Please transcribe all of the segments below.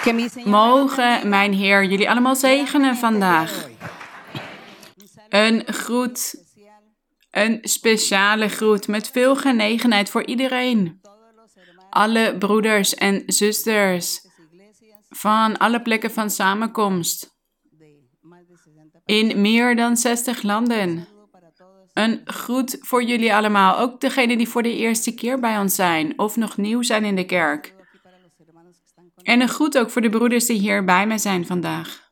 Mogen mijn Heer jullie allemaal zegenen vandaag. Een groet, een speciale groet met veel genegenheid voor iedereen. Alle broeders en zusters van alle plekken van samenkomst. In meer dan 60 landen. Een groet voor jullie allemaal, ook degenen die voor de eerste keer bij ons zijn of nog nieuw zijn in de kerk. En een groet ook voor de broeders die hier bij mij zijn vandaag.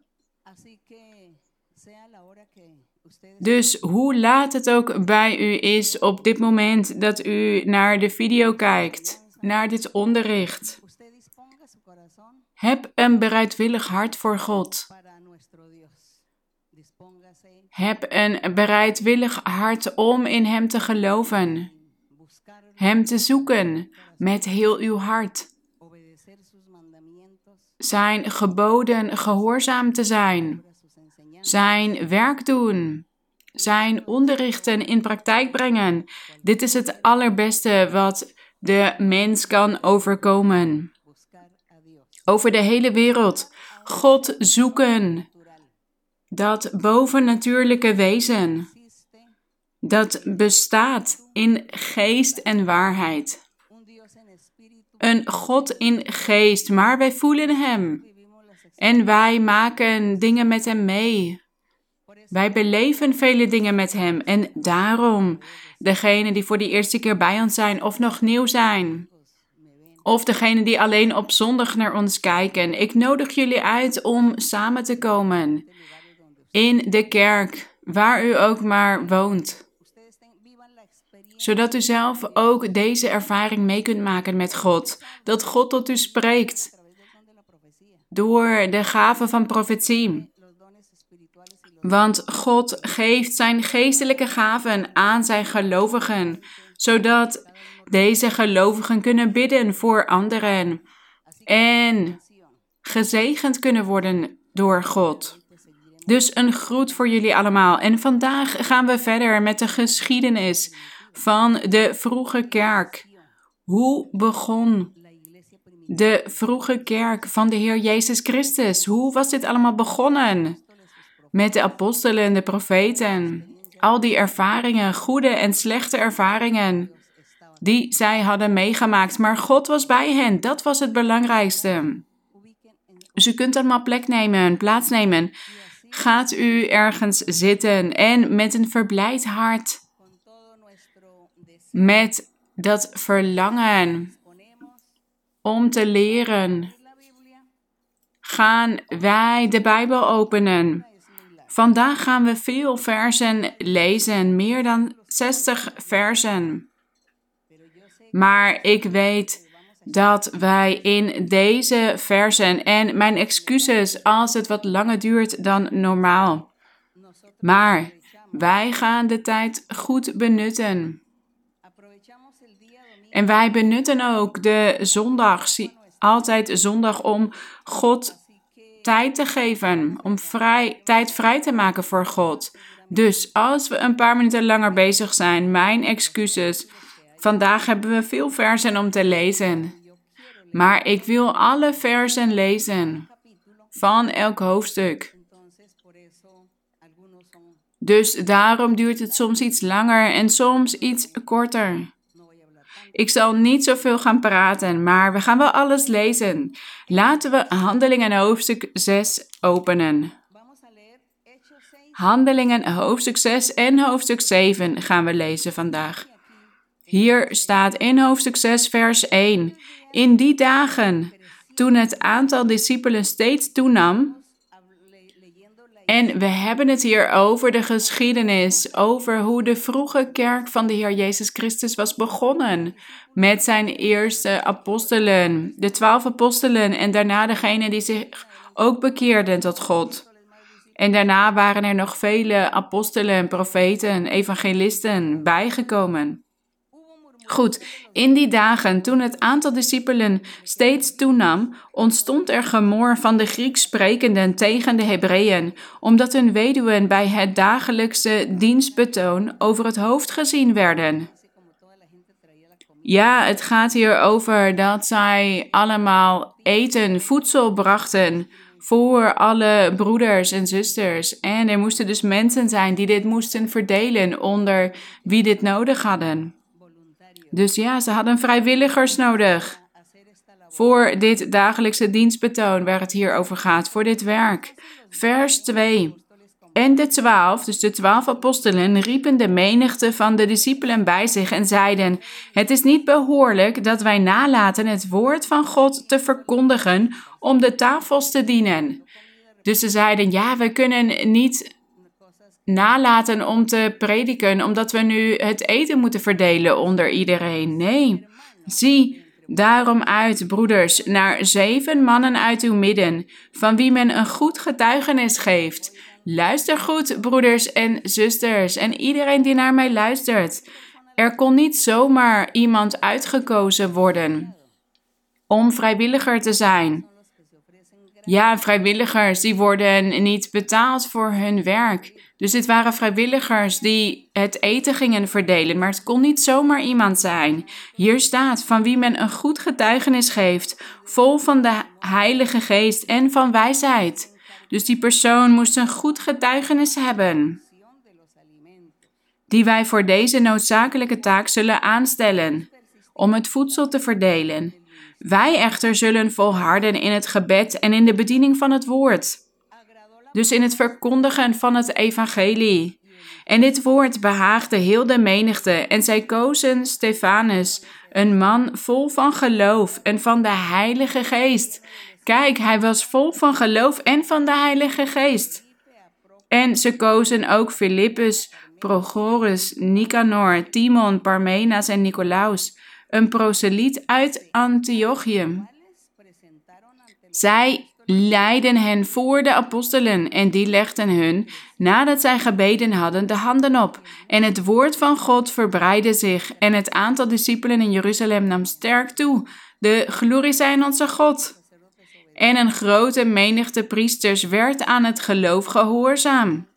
Dus hoe laat het ook bij u is op dit moment dat u naar de video kijkt, naar dit onderricht. Heb een bereidwillig hart voor God. Heb een bereidwillig hart om in Hem te geloven. Hem te zoeken met heel uw hart. Zijn geboden gehoorzaam te zijn. Zijn werk doen. Zijn onderrichten in praktijk brengen. Dit is het allerbeste wat de mens kan overkomen. Over de hele wereld. God zoeken. Dat bovennatuurlijke wezen. Dat bestaat in geest en waarheid. Een God in geest, maar wij voelen Hem. En wij maken dingen met Hem mee. Wij beleven vele dingen met Hem. En daarom, degenen die voor de eerste keer bij ons zijn of nog nieuw zijn. Of degenen die alleen op zondag naar ons kijken. Ik nodig jullie uit om samen te komen. In de kerk, waar u ook maar woont. Zodat u zelf ook deze ervaring mee kunt maken met God. Dat God tot u spreekt. Door de gave van profetie. Want God geeft zijn geestelijke gaven aan zijn gelovigen. Zodat deze gelovigen kunnen bidden voor anderen. En gezegend kunnen worden door God. Dus een groet voor jullie allemaal. En vandaag gaan we verder met de geschiedenis van de vroege kerk. Hoe begon de vroege kerk van de Heer Jezus Christus? Hoe was dit allemaal begonnen? Met de apostelen, de profeten. Al die ervaringen, goede en slechte ervaringen, die zij hadden meegemaakt. Maar God was bij hen. Dat was het belangrijkste. Dus u kunt allemaal plaatsnemen. Gaat u ergens zitten en met een verblijd hart, met dat verlangen om te leren, gaan wij de Bijbel openen. Vandaag gaan we veel versen lezen, meer dan 60 versen. Maar ik weet dat wij in deze versen, en mijn excuses als het wat langer duurt dan normaal, maar wij gaan de tijd goed benutten. En wij benutten ook de zondag, altijd zondag, om God tijd te geven, om tijd vrij te maken voor God. Dus als we een paar minuten langer bezig zijn, mijn excuses. Vandaag hebben we veel versen om te lezen. Maar ik wil alle versen lezen van elk hoofdstuk. Dus daarom duurt het soms iets langer en soms iets korter. Ik zal niet zoveel gaan praten, maar we gaan wel alles lezen. Laten we Handelingen hoofdstuk 6 openen. Handelingen hoofdstuk 6 en hoofdstuk 7 gaan we lezen vandaag. Hier staat in hoofdstuk 6 vers 1. In die dagen, toen het aantal discipelen steeds toenam. En we hebben het hier over de geschiedenis, over hoe de vroege kerk van de Heer Jezus Christus was begonnen. Met zijn eerste apostelen, de 12 apostelen en daarna degenen die zich ook bekeerden tot God. En daarna waren er nog vele apostelen, profeten, evangelisten bijgekomen. Goed, in die dagen, toen het aantal discipelen steeds toenam, ontstond er gemor van de Grieks sprekenden tegen de Hebreeën, omdat hun weduwen bij het dagelijkse dienstbetoon over het hoofd gezien werden. Ja, het gaat hier over dat zij allemaal eten, voedsel brachten voor alle broeders en zusters. En er moesten dus mensen zijn die dit moesten verdelen onder wie dit nodig hadden. Dus ja, ze hadden vrijwilligers nodig voor dit dagelijkse dienstbetoon waar het hier over gaat, voor dit werk. Vers 2. En de 12, dus de 12 apostelen, riepen de menigte van de discipelen bij zich en zeiden: het is niet behoorlijk dat wij nalaten het woord van God te verkondigen om de tafels te dienen. Dus ze zeiden: ja, we kunnen niet nalaten om te prediken, omdat we nu het eten moeten verdelen onder iedereen. Nee, zie daarom uit, broeders, naar 7 mannen uit uw midden, van wie men een goed getuigenis geeft. Luister goed, broeders en zusters, en iedereen die naar mij luistert. Er kon niet zomaar iemand uitgekozen worden om vrijwilliger te zijn. Ja, vrijwilligers, die worden niet betaald voor hun werk. Dus dit waren vrijwilligers die het eten gingen verdelen, maar het kon niet zomaar iemand zijn. Hier staat, van wie men een goed getuigenis geeft, vol van de Heilige Geest en van wijsheid. Dus die persoon moest een goed getuigenis hebben, die wij voor deze noodzakelijke taak zullen aanstellen, om het voedsel te verdelen. Wij echter zullen volharden in het gebed en in de bediening van het woord. Dus in het verkondigen van het evangelie. En dit woord behaagde heel de menigte en zij kozen Stefanus, een man vol van geloof en van de Heilige Geest. Kijk, hij was vol van geloof en van de Heilige Geest. En ze kozen ook Filippus, Prochorus, Nicanor, Timon, Parmenas en Nicolaus, een proseliet uit Antiochium. Zij leidden hen voor de apostelen en die legden hun, nadat zij gebeden hadden, de handen op. En het woord van God verbreidde zich en het aantal discipelen in Jeruzalem nam sterk toe. De glorie zij aan onze God. En een grote menigte priesters werd aan het geloof gehoorzaam.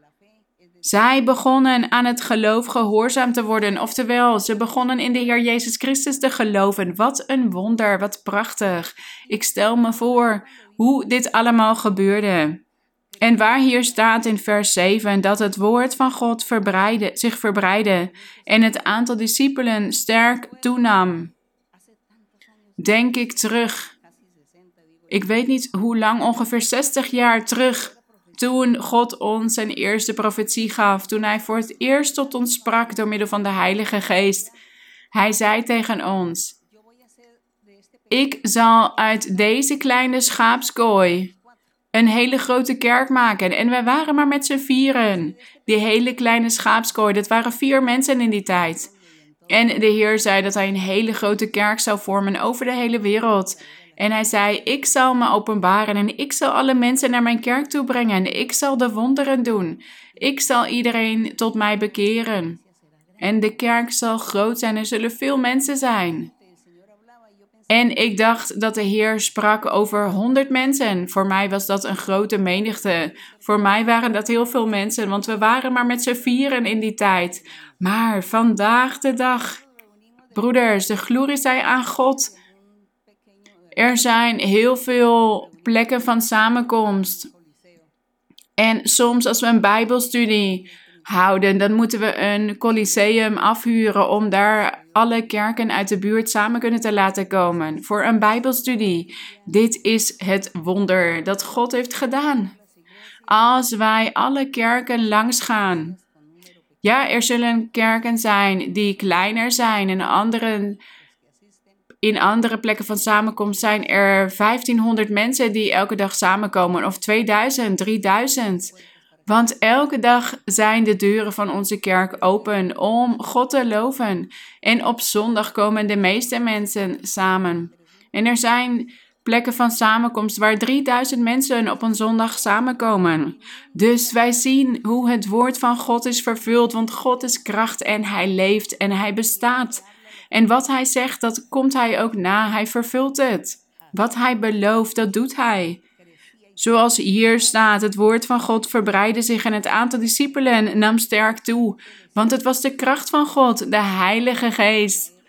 Zij begonnen aan het geloof gehoorzaam te worden, oftewel, ze begonnen in de Heer Jezus Christus te geloven. Wat een wonder, wat prachtig. Ik stel me voor hoe dit allemaal gebeurde. En waar hier staat in vers 7 dat het woord van God zich verbreidde en het aantal discipelen sterk toenam. Denk ik terug. Ik weet niet hoe lang, ongeveer 60 jaar terug, toen God ons zijn eerste profetie gaf, toen hij voor het eerst tot ons sprak door middel van de Heilige Geest. Hij zei tegen ons: ik zal uit deze kleine schaapskooi een hele grote kerk maken. En wij waren maar met z'n 4. Die hele kleine schaapskooi, dat waren 4 mensen in die tijd. En de Heer zei dat hij een hele grote kerk zou vormen over de hele wereld. En hij zei: ik zal me openbaren en ik zal alle mensen naar mijn kerk toe brengen. En ik zal de wonderen doen. Ik zal iedereen tot mij bekeren. En de kerk zal groot zijn, er zullen veel mensen zijn. En ik dacht dat de Heer sprak over 100 mensen. Voor mij was dat een grote menigte. Voor mij waren dat heel veel mensen, want we waren maar met z'n 4 in die tijd. Maar vandaag de dag, broeders, de glorie zij aan God. Er zijn heel veel plekken van samenkomst. En soms als we een Bijbelstudie houden, dan moeten we een Colosseum afhuren om daar alle kerken uit de buurt samen kunnen te laten komen voor een Bijbelstudie. Dit is het wonder dat God heeft gedaan. Als wij alle kerken langs gaan. Ja, er zullen kerken zijn die kleiner zijn en in andere plekken van samenkomst zijn er 1500 mensen die elke dag samenkomen, of 2000, 3000. Want elke dag zijn de deuren van onze kerk open om God te loven. En op zondag komen de meeste mensen samen. En er zijn plekken van samenkomst waar 3000 mensen op een zondag samenkomen. Dus wij zien hoe het woord van God is vervuld, want God is kracht en hij leeft en hij bestaat. En wat hij zegt, dat komt hij ook na. Hij vervult het. Wat hij belooft, dat doet hij. Zoals hier staat, het woord van God verbreidde zich en het aantal discipelen nam sterk toe. Want het was de kracht van God, de Heilige Geest.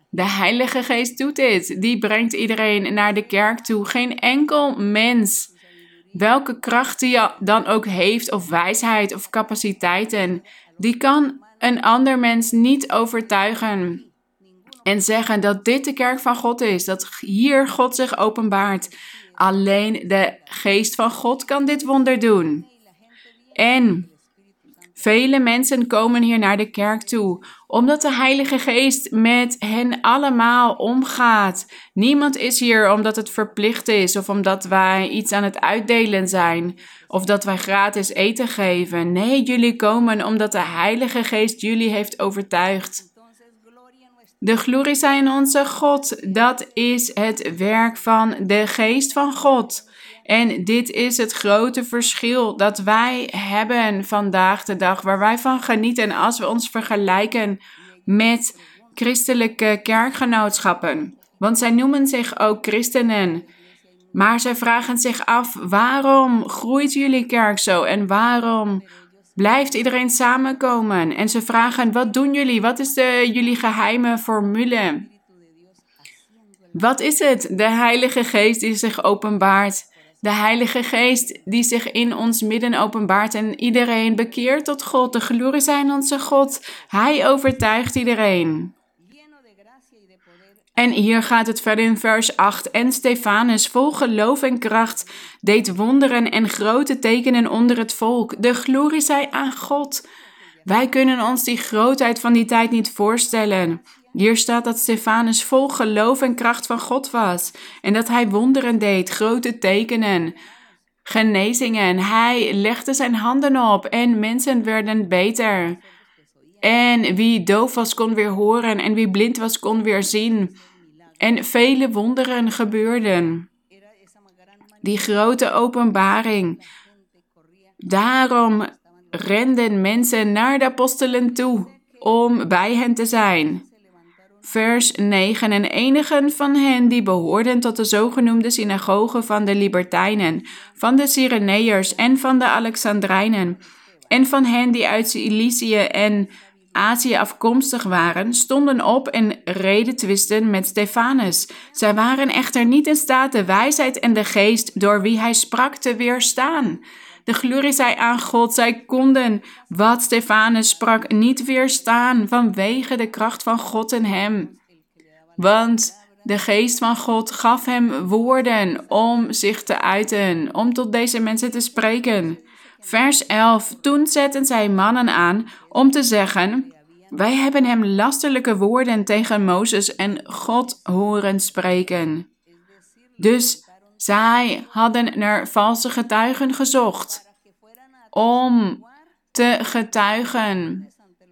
De Heilige Geest doet dit. Die brengt iedereen naar de kerk toe. Geen enkel mens, welke kracht hij dan ook heeft, of wijsheid of capaciteiten, die kan een ander mens niet overtuigen en zeggen dat dit de kerk van God is, dat hier God zich openbaart. Alleen de Geest van God kan dit wonder doen. En vele mensen komen hier naar de kerk toe, omdat de Heilige Geest met hen allemaal omgaat. Niemand is hier omdat het verplicht is, of omdat wij iets aan het uitdelen zijn, of dat wij gratis eten geven. Nee, jullie komen omdat de Heilige Geest jullie heeft overtuigd. De glorie zij aan onze God, dat is het werk van de Geest van God. En dit is het grote verschil dat wij hebben vandaag de dag, waar wij van genieten als we ons vergelijken met christelijke kerkgenootschappen. Want zij noemen zich ook christenen. Maar zij vragen zich af, waarom groeit jullie kerk zo en waarom blijft iedereen samenkomen? En ze vragen, wat doen jullie? Wat is jullie geheime formule? Wat is het? De Heilige Geest die zich openbaart. De Heilige Geest die zich in ons midden openbaart en iedereen bekeert tot God. De glorie zij aan onze God. Hij overtuigt iedereen. En hier gaat het verder in vers 8. En Stefanus, vol geloof en kracht, deed wonderen en grote tekenen onder het volk. De glorie zij aan God. Wij kunnen ons die grootheid van die tijd niet voorstellen. Hier staat dat Stefanus vol geloof en kracht van God was. En dat hij wonderen deed, grote tekenen, genezingen. Hij legde zijn handen op en mensen werden beter. En wie doof was kon weer horen en wie blind was kon weer zien. En vele wonderen gebeurden. Die grote openbaring. Daarom renden mensen naar de apostelen toe om bij hen te zijn. Vers 9. En enigen van hen die behoorden tot de zogenoemde synagoge van de Libertijnen, van de Cyreneërs en van de Alexandrijnen, en van hen die uit Cilicië en Azië afkomstig waren, stonden op en reden twisten met Stefanus. Zij waren echter niet in staat de wijsheid en de geest door wie hij sprak te weerstaan. De glorie zij aan God, zij konden wat Stefanus sprak niet weerstaan vanwege de kracht van God in hem. Want de geest van God gaf hem woorden om zich te uiten, om tot deze mensen te spreken. Vers 11. Toen zetten zij mannen aan om te zeggen, wij hebben hem lasterlijke woorden tegen Mozes en God horen spreken. Dus zij hadden naar valse getuigen gezocht om te getuigen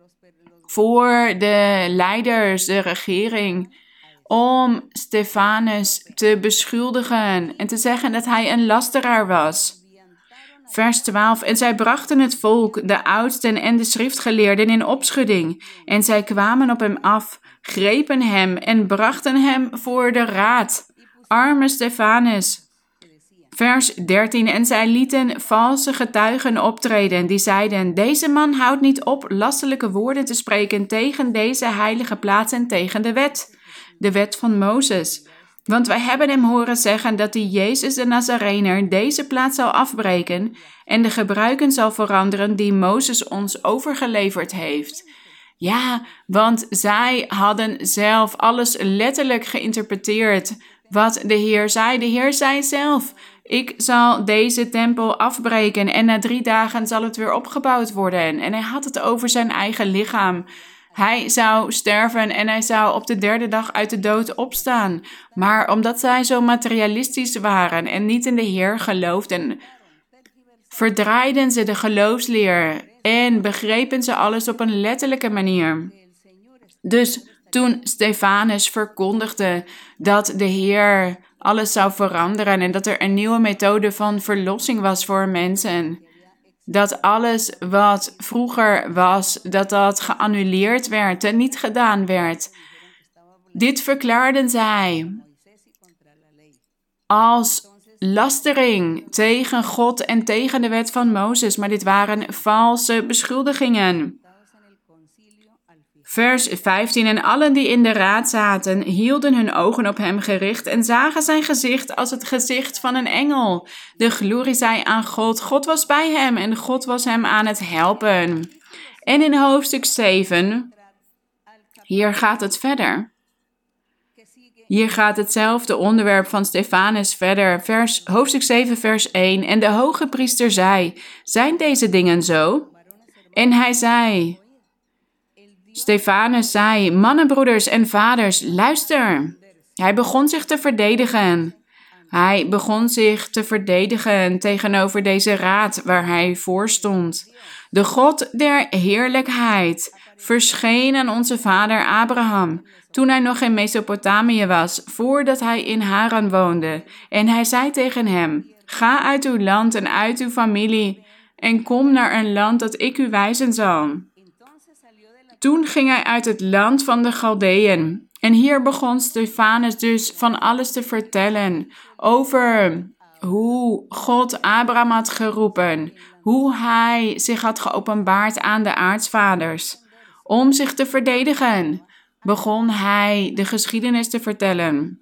voor de leiders, de regering, om Stefanus te beschuldigen en te zeggen dat hij een lasteraar was. Vers 12. En zij brachten het volk, de oudsten en de schriftgeleerden in opschudding. En zij kwamen op hem af, grepen hem en brachten hem voor de raad. Arme Stefanus. Vers 13. En zij lieten valse getuigen optreden, die zeiden, deze man houdt niet op lasterlijke woorden te spreken tegen deze heilige plaats en tegen de wet van Mozes. Want wij hebben hem horen zeggen dat die Jezus de Nazarener deze plaats zal afbreken en de gebruiken zal veranderen die Mozes ons overgeleverd heeft. Ja, want zij hadden zelf alles letterlijk geïnterpreteerd wat de Heer zei. De Heer zei zelf, ik zal deze tempel afbreken en na 3 dagen zal het weer opgebouwd worden. En hij had het over zijn eigen lichaam. Hij zou sterven en hij zou op de 3e dag uit de dood opstaan. Maar omdat zij zo materialistisch waren en niet in de Heer geloofden, verdraaiden ze de geloofsleer en begrepen ze alles op een letterlijke manier. Dus toen Stefanus verkondigde dat de Heer alles zou veranderen en dat er een nieuwe methode van verlossing was voor mensen, dat alles wat vroeger was, dat geannuleerd werd en niet gedaan werd. Dit verklaarden zij als lastering tegen God en tegen de wet van Mozes, maar dit waren valse beschuldigingen. Vers 15. En allen die in de raad zaten, hielden hun ogen op hem gericht en zagen zijn gezicht als het gezicht van een engel. De glorie zij aan God. God was bij hem en God was hem aan het helpen. En in hoofdstuk 7, hier gaat het verder. Hier gaat hetzelfde onderwerp van Stefanus verder. Hoofdstuk 7, vers 1. En de hoge priester zei, zijn deze dingen zo? En hij zei, Stefanus zei, mannenbroeders en vaders, luister. Hij begon zich te verdedigen. Hij begon zich te verdedigen tegenover deze raad waar hij voor stond. De God der heerlijkheid verscheen aan onze vader Abraham, toen hij nog in Mesopotamië was, voordat hij in Haran woonde. En hij zei tegen hem, ga uit uw land en uit uw familie en kom naar een land dat ik u wijzen zal. Toen ging hij uit het land van de Galdeën. En hier begon Stefanus dus van alles te vertellen over hoe God Abraham had geroepen, hoe hij zich had geopenbaard aan de aartsvaders. Om zich te verdedigen begon hij de geschiedenis te vertellen.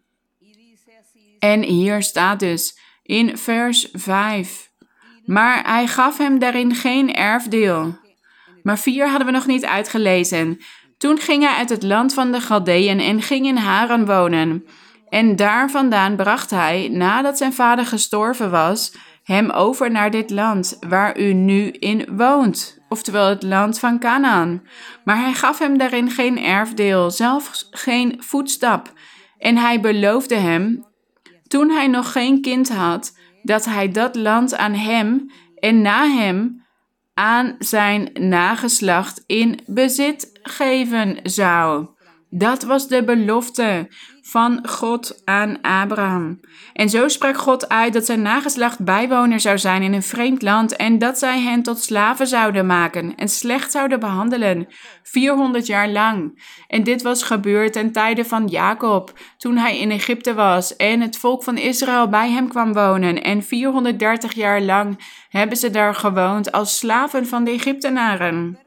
En hier staat dus in vers 5. Maar hij gaf hem daarin geen erfdeel. Maar 4 hadden we nog niet uitgelezen. Toen ging hij uit het land van de Galdeën en ging in Haran wonen. En daar vandaan bracht hij, nadat zijn vader gestorven was, hem over naar dit land waar u nu in woont, oftewel het land van Kanaan. Maar hij gaf hem daarin geen erfdeel, zelfs geen voetstap. En hij beloofde hem, toen hij nog geen kind had, dat hij dat land aan hem en na hem aan zijn nageslacht in bezit geven zou. Dat was de belofte van God aan Abraham. En zo sprak God uit dat zijn nageslacht bijwoner zou zijn in een vreemd land en dat zij hen tot slaven zouden maken en slecht zouden behandelen, 400 jaar lang. En dit was gebeurd ten tijde van Jacob, toen hij in Egypte was en het volk van Israël bij hem kwam wonen. En 430 jaar lang hebben ze daar gewoond als slaven van de Egyptenaren.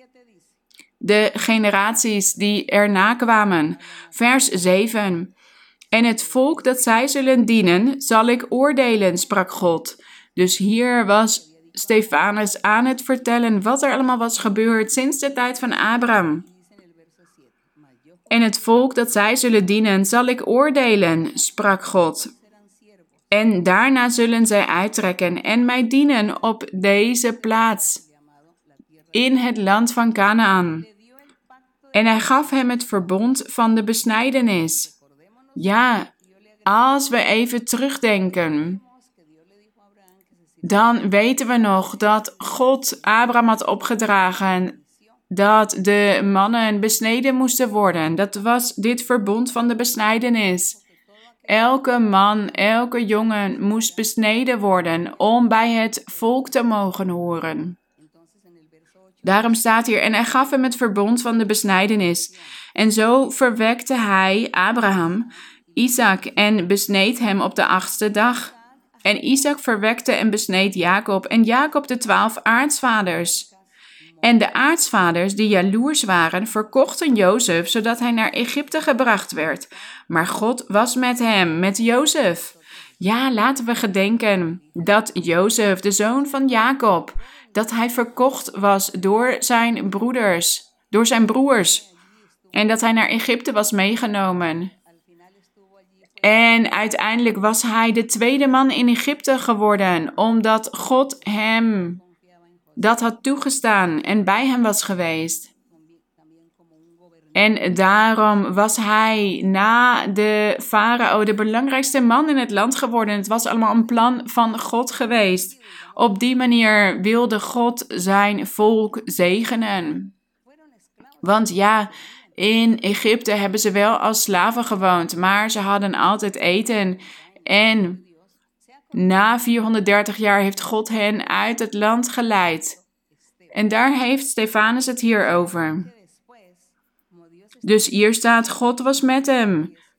De generaties die erna kwamen. Vers 7. En het volk dat zij zullen dienen, zal ik oordelen, sprak God. Dus hier was Stefanus aan het vertellen wat er allemaal was gebeurd sinds de tijd van Abraham. En het volk dat zij zullen dienen, zal ik oordelen, sprak God. En daarna zullen zij uittrekken en mij dienen op deze plaats, in het land van Kanaan. En hij gaf hem het verbond van de besnijdenis. Ja, als we even terugdenken, dan weten we nog dat God Abraham had opgedragen dat de mannen besneden moesten worden. Dat was dit verbond van de besnijdenis. Elke man, elke jongen moest besneden worden om bij het volk te mogen horen. Daarom staat hier, en hij gaf hem het verbond van de besnijdenis. En zo verwekte hij, Abraham, Isaac en besneed hem op de 8e dag. En Isaac verwekte en besneed Jacob en Jacob de 12 aartsvaders. En de aartsvaders die jaloers waren, verkochten Jozef, zodat hij naar Egypte gebracht werd. Maar God was met hem, met Jozef. Ja, laten we gedenken dat Jozef, de zoon van Jacob, dat hij verkocht was door zijn broers. En dat hij naar Egypte was meegenomen. En uiteindelijk was hij de tweede man in Egypte geworden, omdat God hem dat had toegestaan en bij hem was geweest. En daarom was hij na de farao de belangrijkste man in het land geworden. Het was allemaal een plan van God geweest. Op die manier wilde God zijn volk zegenen. Want ja, in Egypte hebben ze wel als slaven gewoond, maar ze hadden altijd eten. En na 430 jaar heeft God hen uit het land geleid. En daar heeft Stefanus het hier over. Dus hier staat, God was met hem.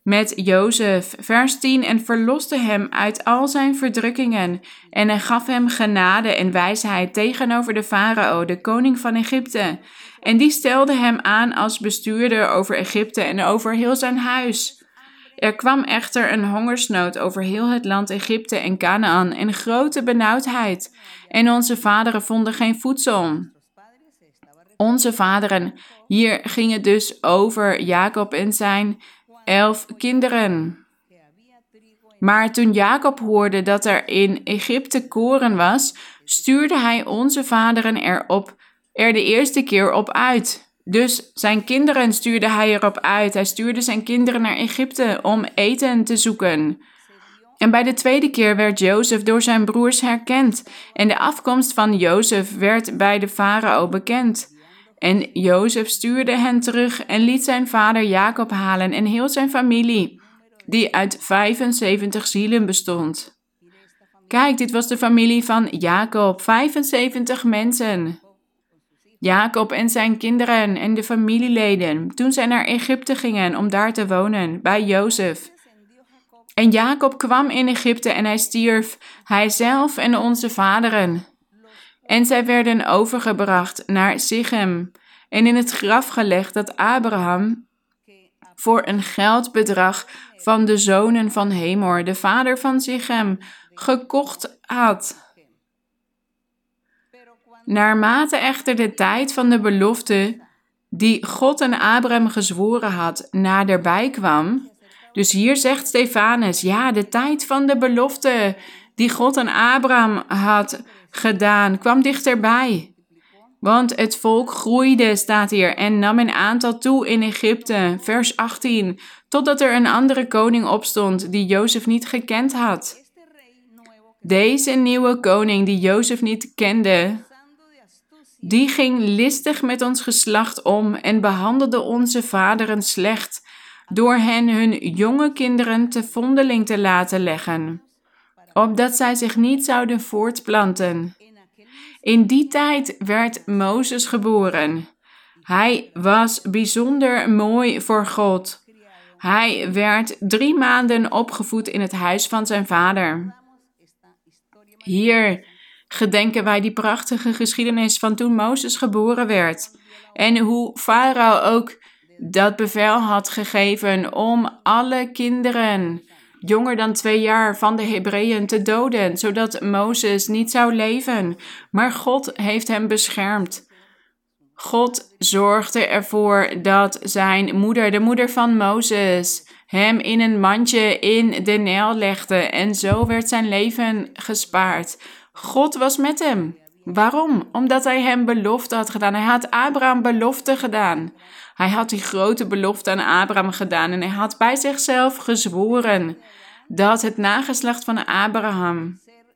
met Jozef. Vers 10, en verloste hem uit al zijn verdrukkingen. En hij gaf hem genade en wijsheid tegenover de farao, de koning van Egypte. En die stelde hem aan als bestuurder over Egypte en over heel zijn huis. Er kwam echter een hongersnood over heel het land Egypte en Kanaan en grote benauwdheid. En onze vaderen vonden geen voedsel. Onze vaderen, hier ging het dus over Jacob en zijn 11 kinderen. Maar toen Jacob hoorde dat er in Egypte koren was, stuurde hij onze vaderen er de eerste keer op uit. Dus zijn kinderen stuurde hij erop uit. Hij stuurde zijn kinderen naar Egypte om eten te zoeken. En bij de tweede keer werd Jozef door zijn broers herkend. En de afkomst van Jozef werd bij de farao bekend. En Jozef stuurde hen terug en liet zijn vader Jacob halen en heel zijn familie, die uit 75 zielen bestond. Kijk, dit was de familie van Jacob, 75 mensen. Jacob en zijn kinderen en de familieleden, toen zij naar Egypte gingen om daar te wonen, bij Jozef. En Jacob kwam in Egypte en hij stierf, hij zelf en onze vaderen. En zij werden overgebracht naar Sichem en in het graf gelegd dat Abraham voor een geldbedrag van de zonen van Hemor, de vader van Sichem, gekocht had. Naarmate echter de tijd van de belofte die God aan Abraham gezworen had naderbij kwam. Dus hier zegt Stefanus, ja, de tijd van de belofte die God aan Abraham had gedaan, kwam dichterbij. Want het volk groeide, staat hier, en nam in aantal toe in Egypte, vers 18, totdat er een andere koning opstond die Jozef niet gekend had. Deze nieuwe koning die Jozef niet kende, die ging listig met ons geslacht om en behandelde onze vaderen slecht, door hen hun jonge kinderen te vondeling te laten leggen, opdat zij zich niet zouden voortplanten. In die tijd werd Mozes geboren. Hij was bijzonder mooi voor God. Hij werd 3 maanden opgevoed in het huis van zijn vader. Hier gedenken wij die prachtige geschiedenis van toen Mozes geboren werd. En hoe Farao ook dat bevel had gegeven om alle kinderen jonger dan 2 jaar van de Hebreeën te doden, zodat Mozes niet zou leven. Maar God heeft hem beschermd. God zorgde ervoor dat zijn moeder, de moeder van Mozes, hem in een mandje in de Nijl legde en zo werd zijn leven gespaard. God was met hem. Waarom? Omdat hij hem belofte had gedaan. Hij had Abraham belofte gedaan. Hij had die grote belofte aan Abraham gedaan en hij had bij zichzelf gezworen dat het nageslacht van Abraham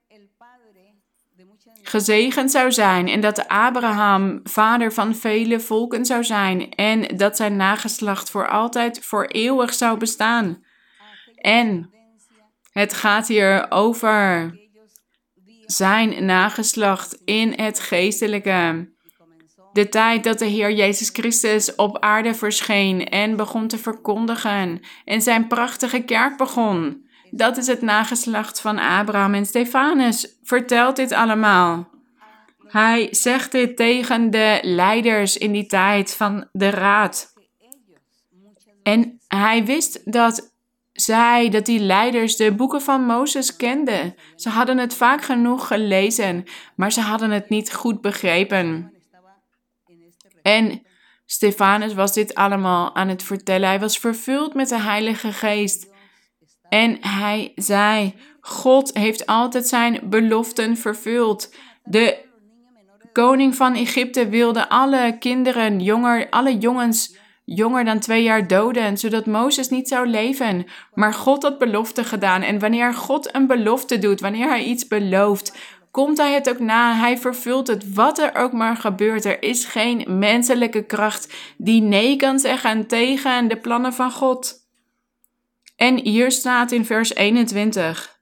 gezegend zou zijn en dat Abraham vader van vele volken zou zijn en dat zijn nageslacht voor altijd, voor eeuwig zou bestaan. En het gaat hier over zijn nageslacht in het geestelijke. De tijd dat de Heer Jezus Christus op aarde verscheen en begon te verkondigen en zijn prachtige kerk begon. Dat is het nageslacht van Abraham en Stefanus vertelt dit allemaal. Hij zegt dit tegen de leiders in die tijd van de raad. En hij wist dat die leiders de boeken van Mozes kenden. Ze hadden het vaak genoeg gelezen, maar ze hadden het niet goed begrepen. En Stefanus was dit allemaal aan het vertellen. Hij was vervuld met de Heilige Geest. En hij zei, God heeft altijd zijn beloften vervuld. De koning van Egypte wilde alle kinderen, alle jongens jonger dan 2 jaar doden, zodat Mozes niet zou leven. Maar God had belofte gedaan. En wanneer God een belofte doet, wanneer hij iets belooft, komt hij het ook na. Hij vervult het, wat er ook maar gebeurt. Er is geen menselijke kracht die nee kan zeggen tegen de plannen van God. En hier staat in vers 21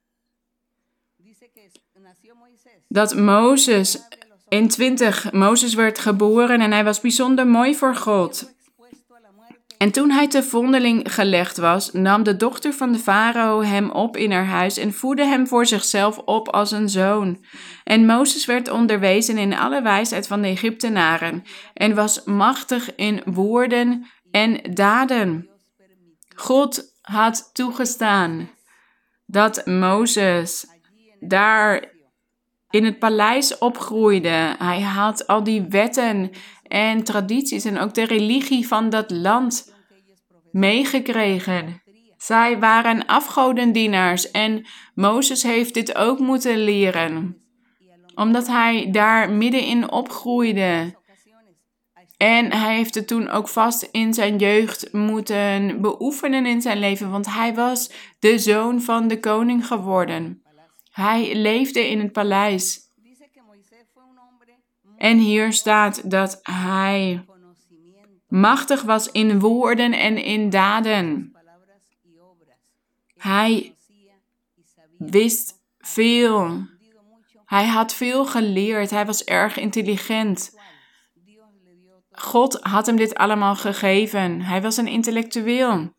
dat Mozes werd geboren en hij was bijzonder mooi voor God. En toen hij te vondeling gelegd was, nam de dochter van de farao hem op in haar huis en voedde hem voor zichzelf op als een zoon. En Mozes werd onderwezen in alle wijsheid van de Egyptenaren en was machtig in woorden en daden. God had toegestaan dat Mozes daar in het paleis opgroeide. Hij had al die wetten en tradities en ook de religie van dat land meegekregen. Zij waren afgodendienaars en Mozes heeft dit ook moeten leren, omdat hij daar middenin opgroeide. En hij heeft het toen ook vast in zijn jeugd moeten beoefenen in zijn leven, want hij was de zoon van de koning geworden. Hij leefde in het paleis. En hier staat dat hij machtig was in woorden en in daden. Hij wist veel. Hij had veel geleerd. Hij was erg intelligent. God had hem dit allemaal gegeven. Hij was een intellectueel.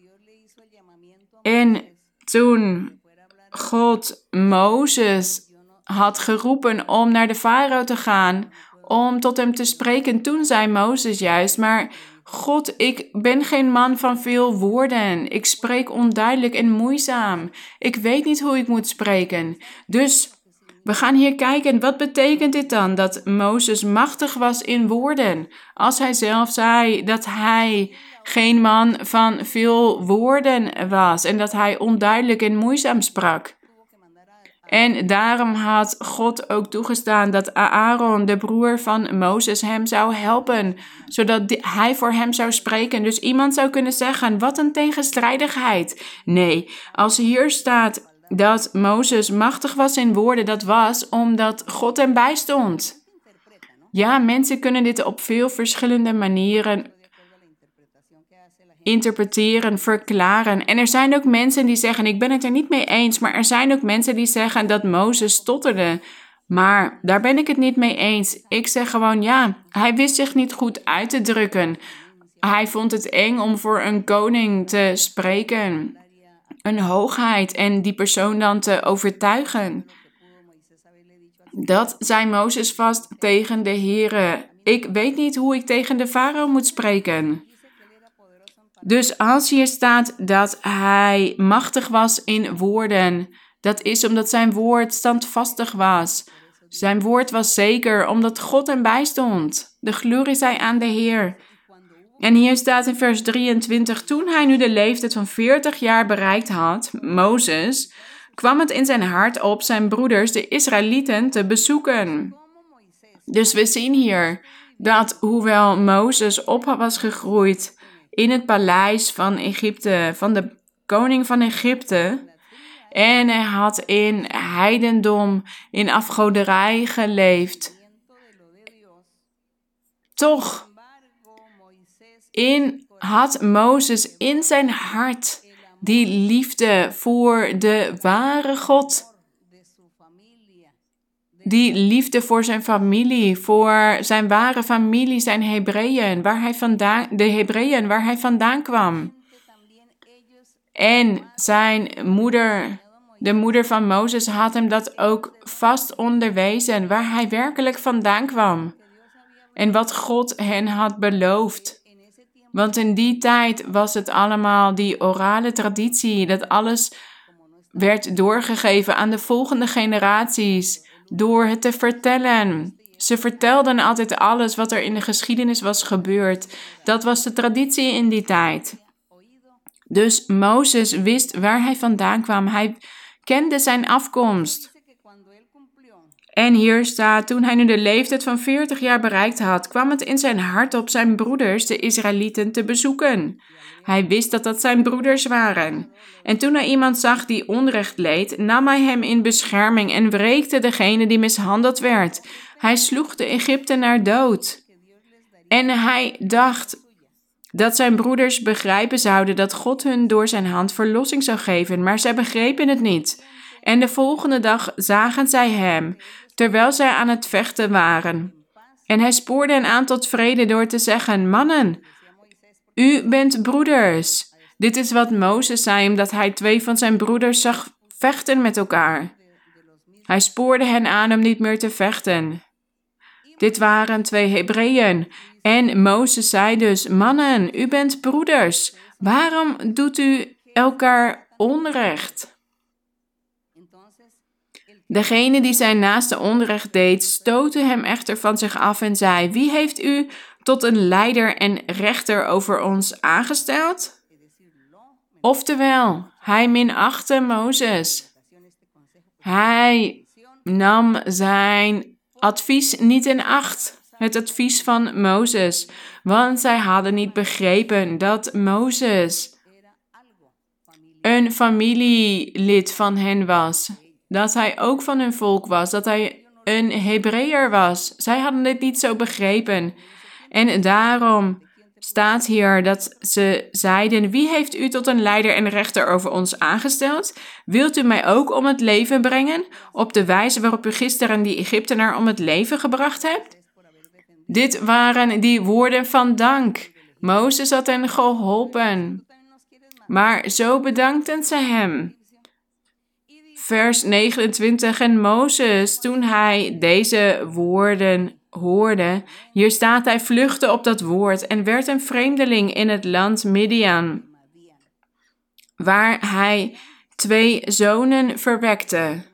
En toen God Mozes had geroepen om naar de farao te gaan, om tot hem te spreken, toen zei Mozes juist, maar God, ik ben geen man van veel woorden. Ik spreek onduidelijk en moeizaam. Ik weet niet hoe ik moet spreken. Dus we gaan hier kijken, wat betekent dit dan, dat Mozes machtig was in woorden? Als hij zelf zei dat hij geen man van veel woorden was en dat hij onduidelijk en moeizaam sprak. En daarom had God ook toegestaan dat Aaron, de broer van Mozes, hem zou helpen, zodat hij voor hem zou spreken. Dus iemand zou kunnen zeggen, wat een tegenstrijdigheid. Nee, als hier staat dat Mozes machtig was in woorden, dat was omdat God hem bijstond. Ja, mensen kunnen dit op veel verschillende manieren interpreteren, verklaren. En er zijn ook mensen die zeggen, ik ben het er niet mee eens, maar er zijn ook mensen die zeggen dat Mozes stotterde. Maar daar ben ik het niet mee eens. Ik zeg gewoon, ja, hij wist zich niet goed uit te drukken. Hij vond het eng om voor een koning te spreken, een hoogheid, en die persoon dan te overtuigen. Dat zei Mozes vast tegen de Here. Ik weet niet hoe ik tegen de farao moet spreken. Dus als hier staat dat hij machtig was in woorden, dat is omdat zijn woord standvastig was. Zijn woord was zeker, omdat God hem bijstond. De glorie zij aan de Heer. En hier staat in vers 23, toen hij nu de leeftijd van 40 jaar bereikt had, Mozes, kwam het in zijn hart op zijn broeders, de Israëlieten, te bezoeken. Dus we zien hier dat hoewel Mozes op was gegroeid in het paleis van Egypte, van de koning van Egypte, en hij had in heidendom, in afgoderij geleefd, toch had Mozes in zijn hart die liefde voor de ware God. Die liefde voor zijn familie, voor zijn ware familie, zijn Hebreeën, de Hebreeën waar hij vandaan kwam. En zijn moeder, de moeder van Mozes, had hem dat ook vast onderwezen, waar hij werkelijk vandaan kwam. En wat God hen had beloofd. Want in die tijd was het allemaal die orale traditie, dat alles werd doorgegeven aan de volgende generaties, door het te vertellen. Ze vertelden altijd alles wat er in de geschiedenis was gebeurd. Dat was de traditie in die tijd. Dus Mozes wist waar hij vandaan kwam. Hij kende zijn afkomst. En hier staat, toen hij nu de leeftijd van 40 jaar bereikt had, kwam het in zijn hart op zijn broeders, de Israëlieten, te bezoeken. Hij wist dat dat zijn broeders waren. En toen hij iemand zag die onrecht leed, nam hij hem in bescherming en wreekte degene die mishandeld werd. Hij sloeg de Egyptenaar dood. En hij dacht dat zijn broeders begrijpen zouden dat God hun door zijn hand verlossing zou geven, maar zij begrepen het niet. En de volgende dag zagen zij hem, terwijl zij aan het vechten waren. En hij spoorde hen aan tot vrede door te zeggen, mannen, U bent broeders. Dit is wat Mozes zei, omdat hij 2 van zijn broeders zag vechten met elkaar. Hij spoorde hen aan om niet meer te vechten. Dit waren 2 Hebreeën. En Mozes zei dus, mannen, u bent broeders. Waarom doet u elkaar onrecht? Degene die zijn naaste onrecht deed, stootte hem echter van zich af en zei, wie heeft u tot een leider en rechter over ons aangesteld? Oftewel, hij minachtte Mozes. Hij nam zijn advies niet in acht, het advies van Mozes, want zij hadden niet begrepen dat Mozes een familielid van hen was, dat hij ook van hun volk was, dat hij een Hebreeër was. Zij hadden dit niet zo begrepen. En daarom staat hier dat ze zeiden, wie heeft u tot een leider en rechter over ons aangesteld? Wilt u mij ook om het leven brengen, op de wijze waarop u gisteren die Egyptenaar om het leven gebracht hebt? Dit waren die woorden van dank. Mozes had hen geholpen. Maar zo bedankten ze hem. Vers 29, en Mozes, toen hij deze woorden hoorde, hier staat, hij vluchtte op dat woord en werd een vreemdeling in het land Midian, waar hij 2 zonen verwekte.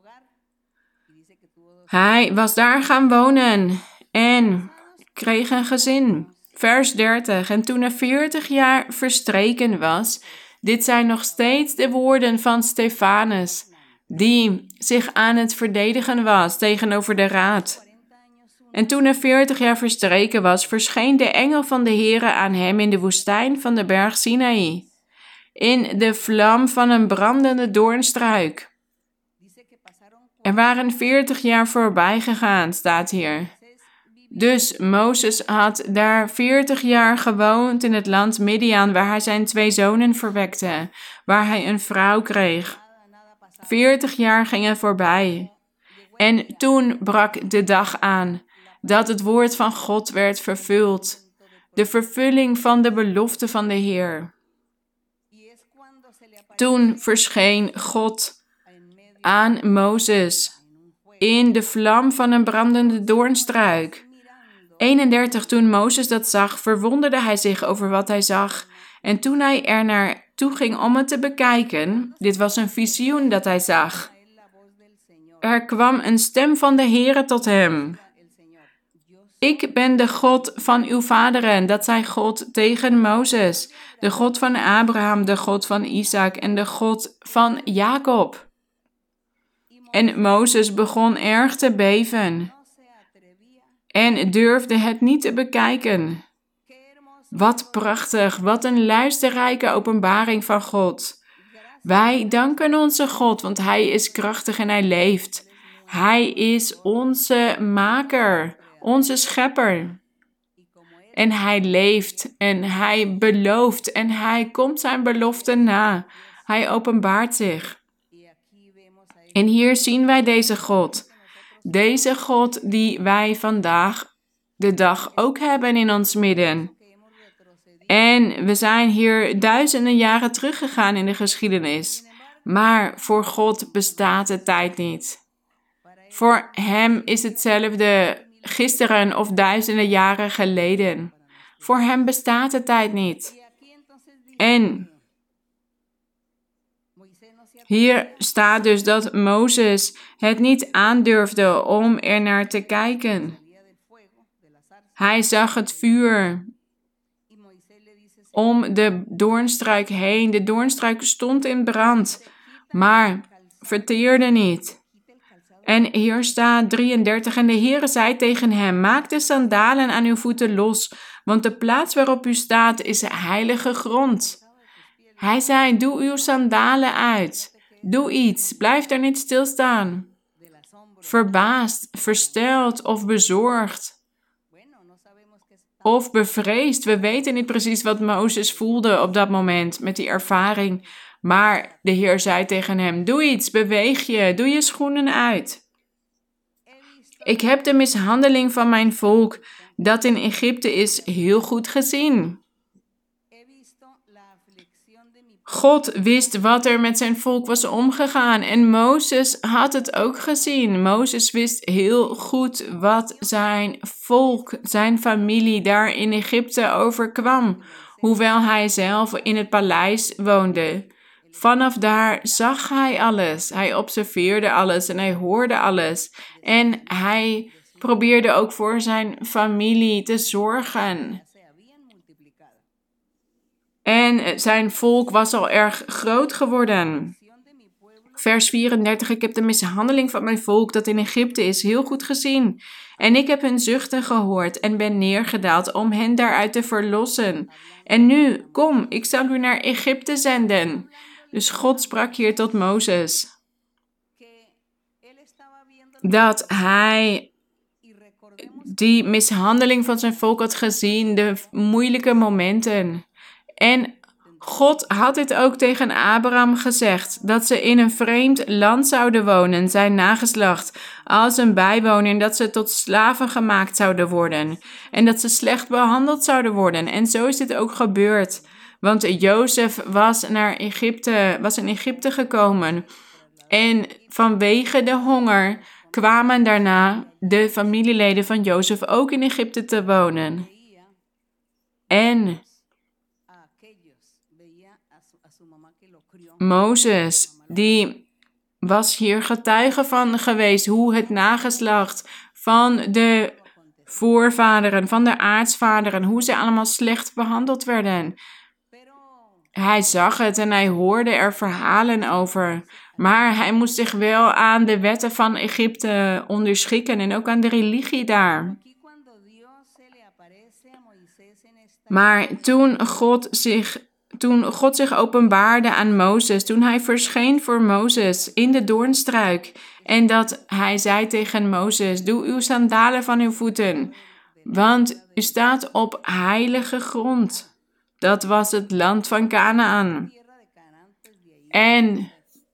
Hij was daar gaan wonen en kreeg een gezin. Vers 30, en toen er 40 jaar verstreken was, dit zijn nog steeds de woorden van Stefanus, die zich aan het verdedigen was tegenover de raad. En toen er 40 jaar verstreken was, verscheen de engel van de Heere aan hem in de woestijn van de berg Sinaï, in de vlam van een brandende doornstruik. Er waren 40 jaar voorbij gegaan, staat hier. Dus Mozes had daar 40 jaar gewoond in het land Midian, waar hij zijn 2 zonen verwekte, waar hij een vrouw kreeg. 40 jaar gingen voorbij. En toen brak de dag aan dat het woord van God werd vervuld. De vervulling van de belofte van de Heer. Toen verscheen God aan Mozes in de vlam van een brandende doornstruik. 31, toen Mozes dat zag, verwonderde hij zich over wat hij zag. En toen hij er naartoe ging om het te bekijken, dit was een visioen dat hij zag. Er kwam een stem van de Heere tot hem. Ik ben de God van uw vaderen, dat zei God tegen Mozes, de God van Abraham, de God van Isaac en de God van Jacob. En Mozes begon erg te beven en durfde het niet te bekijken. Wat prachtig, wat een luisterrijke openbaring van God. Wij danken onze God, want Hij is krachtig en Hij leeft. Hij is onze maker, onze schepper. En Hij leeft en Hij belooft en Hij komt zijn beloften na. Hij openbaart zich. En hier zien wij deze God. Deze God die wij vandaag de dag ook hebben in ons midden. En we zijn hier duizenden jaren teruggegaan in de geschiedenis. Maar voor God bestaat de tijd niet. Voor Hem is hetzelfde gisteren of duizenden jaren geleden. Voor Hem bestaat de tijd niet. En hier staat dus dat Mozes het niet aandurfde om er naar te kijken. Hij zag het vuur om de doornstruik heen. De doornstruik stond in brand, maar verteerde niet. En hier staat 33, en de Heere zei tegen hem, maak de sandalen aan uw voeten los, want de plaats waarop u staat is heilige grond. Hij zei, doe uw sandalen uit. Doe iets, blijf daar niet stilstaan. Verbaasd, versteld of bezorgd. Of bevreesd. We weten niet precies wat Mozes voelde op dat moment met die ervaring. Maar de Heer zei tegen hem, doe iets, beweeg je, doe je schoenen uit. Ik heb de mishandeling van mijn volk dat in Egypte is heel goed gezien. God wist wat er met zijn volk was omgegaan en Mozes had het ook gezien. Mozes wist heel goed wat zijn volk, zijn familie daar in Egypte overkwam, hoewel hij zelf in het paleis woonde. Vanaf daar zag hij alles, hij observeerde alles en hij hoorde alles. En hij probeerde ook voor zijn familie te zorgen. En zijn volk was al erg groot geworden. Vers 34, ik heb de mishandeling van mijn volk dat in Egypte is heel goed gezien. En ik heb hun zuchten gehoord en ben neergedaald om hen daaruit te verlossen. En nu, kom, ik zal u naar Egypte zenden. Dus God sprak hier tot Mozes. Dat hij die mishandeling van zijn volk had gezien, de moeilijke momenten. En God had dit ook tegen Abraham gezegd, dat ze in een vreemd land zouden wonen, zijn nageslacht, als een bijwoner, en dat ze tot slaven gemaakt zouden worden. En dat ze slecht behandeld zouden worden. En zo is dit ook gebeurd. Want Jozef was in Egypte gekomen. En vanwege de honger kwamen daarna de familieleden van Jozef ook in Egypte te wonen. En Mozes, die was hier getuige van geweest hoe het nageslacht van de voorvaderen, van de aartsvaderen, hoe ze allemaal slecht behandeld werden. Hij zag het en hij hoorde er verhalen over. Maar hij moest zich wel aan de wetten van Egypte onderschikken en ook aan de religie daar. Maar toen God zich openbaarde aan Mozes, toen hij verscheen voor Mozes in de doornstruik en dat hij zei tegen Mozes, doe uw sandalen van uw voeten, want u staat op heilige grond. Dat was het land van Kanaan. En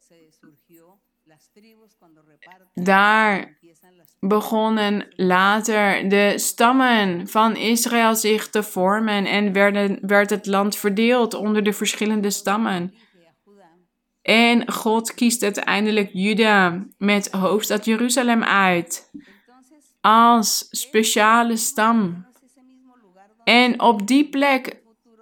daar begonnen later de stammen van Israël zich te vormen en werd het land verdeeld onder de verschillende stammen. En God kiest uiteindelijk Juda met hoofdstad Jeruzalem uit als speciale stam. En op die plek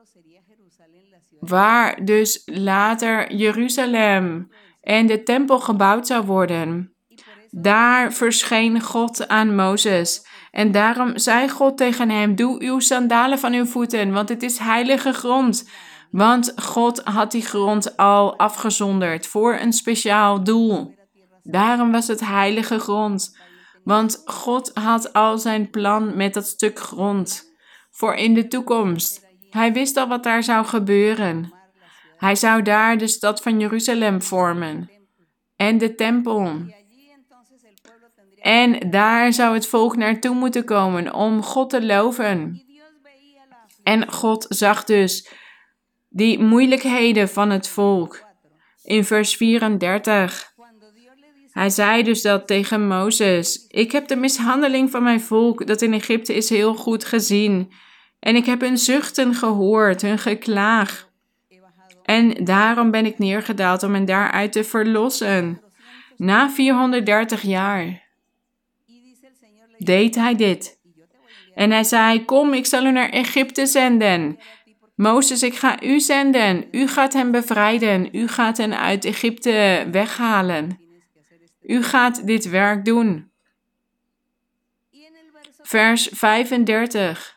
waar dus later Jeruzalem en de tempel gebouwd zou worden, daar verscheen God aan Mozes. En daarom zei God tegen hem, doe uw sandalen van uw voeten, want het is heilige grond. Want God had die grond al afgezonderd voor een speciaal doel. Daarom was het heilige grond. Want God had al zijn plan met dat stuk grond voor in de toekomst. Hij wist al wat daar zou gebeuren. Hij zou daar de stad van Jeruzalem vormen en de tempel. En daar zou het volk naartoe moeten komen om God te loven. En God zag dus die moeilijkheden van het volk. In vers 34. Hij zei dus dat tegen Mozes. Ik heb de mishandeling van mijn volk dat in Egypte is heel goed gezien. En ik heb hun zuchten gehoord, hun geklaag. En daarom ben ik neergedaald om hen daaruit te verlossen. Na 430 jaar deed hij dit. En hij zei, kom, ik zal u naar Egypte zenden. Mozes, ik ga u zenden. U gaat hen bevrijden. U gaat hen uit Egypte weghalen. U gaat dit werk doen. Vers 35.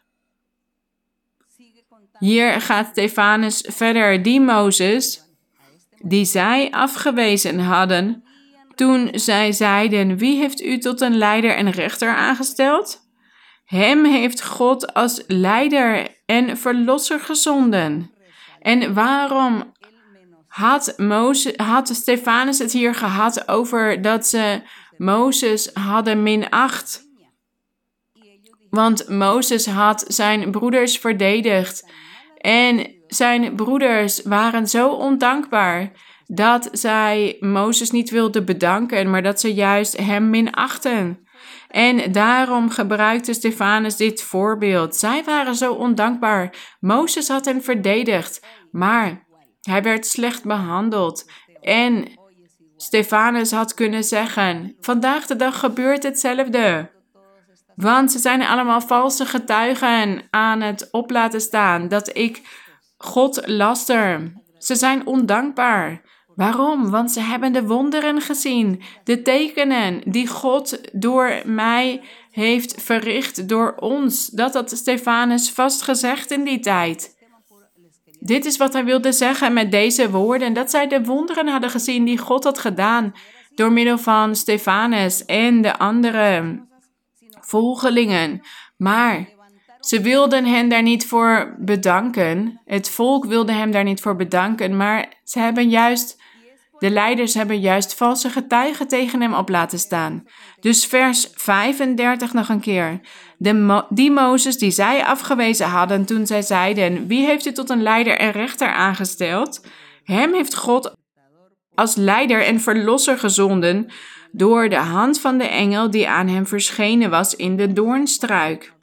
Hier gaat Stefanus verder. Die Mozes, die zij afgewezen hadden, toen zij zeiden, wie heeft u tot een leider en rechter aangesteld? Hem heeft God als leider en verlosser gezonden. En waarom had Stefanus het hier gehad over dat ze Mozes hadden minacht? Want Mozes had zijn broeders verdedigd. En zijn broeders waren zo ondankbaar dat zij Mozes niet wilden bedanken, maar dat ze juist hem minachten. En daarom gebruikte Stefanus dit voorbeeld. Zij waren zo ondankbaar. Mozes had hen verdedigd, maar Hij werd slecht behandeld. En Stefanus had kunnen zeggen, vandaag de dag gebeurt hetzelfde. Want ze zijn allemaal valse getuigen aan het op laten staan dat ik God laster. Ze zijn ondankbaar. Waarom? Want ze hebben de wonderen gezien, de tekenen die God door mij heeft verricht, door ons. Dat had Stefanus vastgezegd in die tijd. Dit is wat hij wilde zeggen met deze woorden, dat zij de wonderen hadden gezien die God had gedaan door middel van Stefanus en de andere volgelingen. Maar ze wilden hen daar niet voor bedanken. Het volk wilde hem daar niet voor bedanken, maar de leiders hebben juist valse getuigen tegen hem op laten staan. Dus vers 35 nog een keer. Die Mozes die zij afgewezen hadden toen zij zeiden, wie heeft u tot een leider en rechter aangesteld? Hem heeft God als leider en verlosser gezonden door de hand van de engel die aan hem verschenen was in de doornstruik.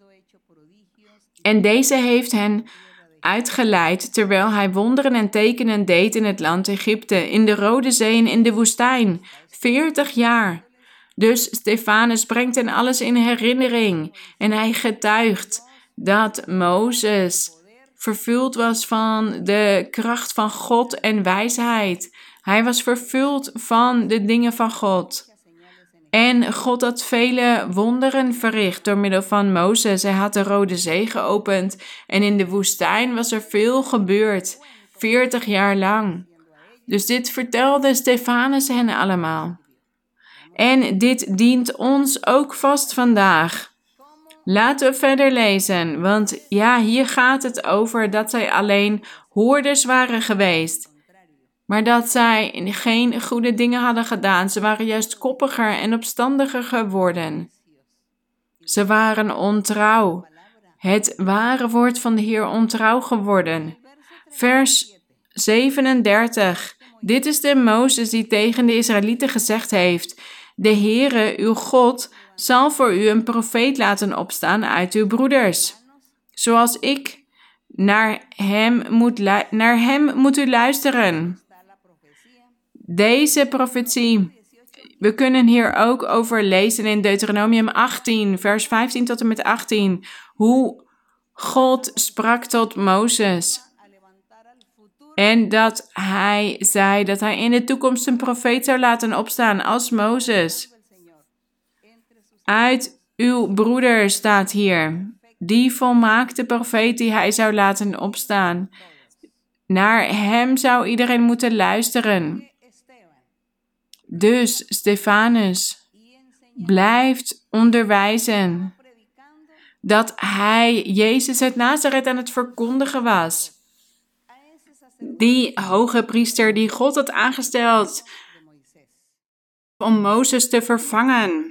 En deze heeft hen uitgeleid terwijl hij wonderen en tekenen deed in het land Egypte, in de Rode Zee en in de woestijn, 40 jaar. Dus Stefanus brengt hen alles in herinnering en hij getuigt dat Mozes vervuld was van de kracht van God en wijsheid. Hij was vervuld van de dingen van God. En God had vele wonderen verricht door middel van Mozes. Hij had de Rode Zee geopend en in de woestijn was er veel gebeurd, 40 jaar lang. Dus dit vertelde Stefanus hen allemaal. En dit dient ons ook vast vandaag. Laten we verder lezen, want ja, hier gaat het over dat zij alleen hoorders waren geweest. Maar dat zij geen goede dingen hadden gedaan. Ze waren juist koppiger en opstandiger geworden. Ze waren ontrouw. Het ware woord van de Heer ontrouw geworden. Vers 37. Dit is de Mozes die tegen de Israëlieten gezegd heeft: de Heere, uw God, zal voor u een profeet laten opstaan uit uw broeders. Zoals ik, naar hem moet u luisteren. Deze profetie. We kunnen hier ook over lezen in Deuteronomium 18, vers 15 tot en met 18. Hoe God sprak tot Mozes. En dat hij zei dat hij in de toekomst een profeet zou laten opstaan als Mozes. Uit uw broeder staat hier. Die volmaakte profeet die hij zou laten opstaan. Naar hem zou iedereen moeten luisteren. Dus Stefanus blijft onderwijzen dat hij Jezus uit Nazareth aan het verkondigen was. Die hoge priester die God had aangesteld om Mozes te vervangen.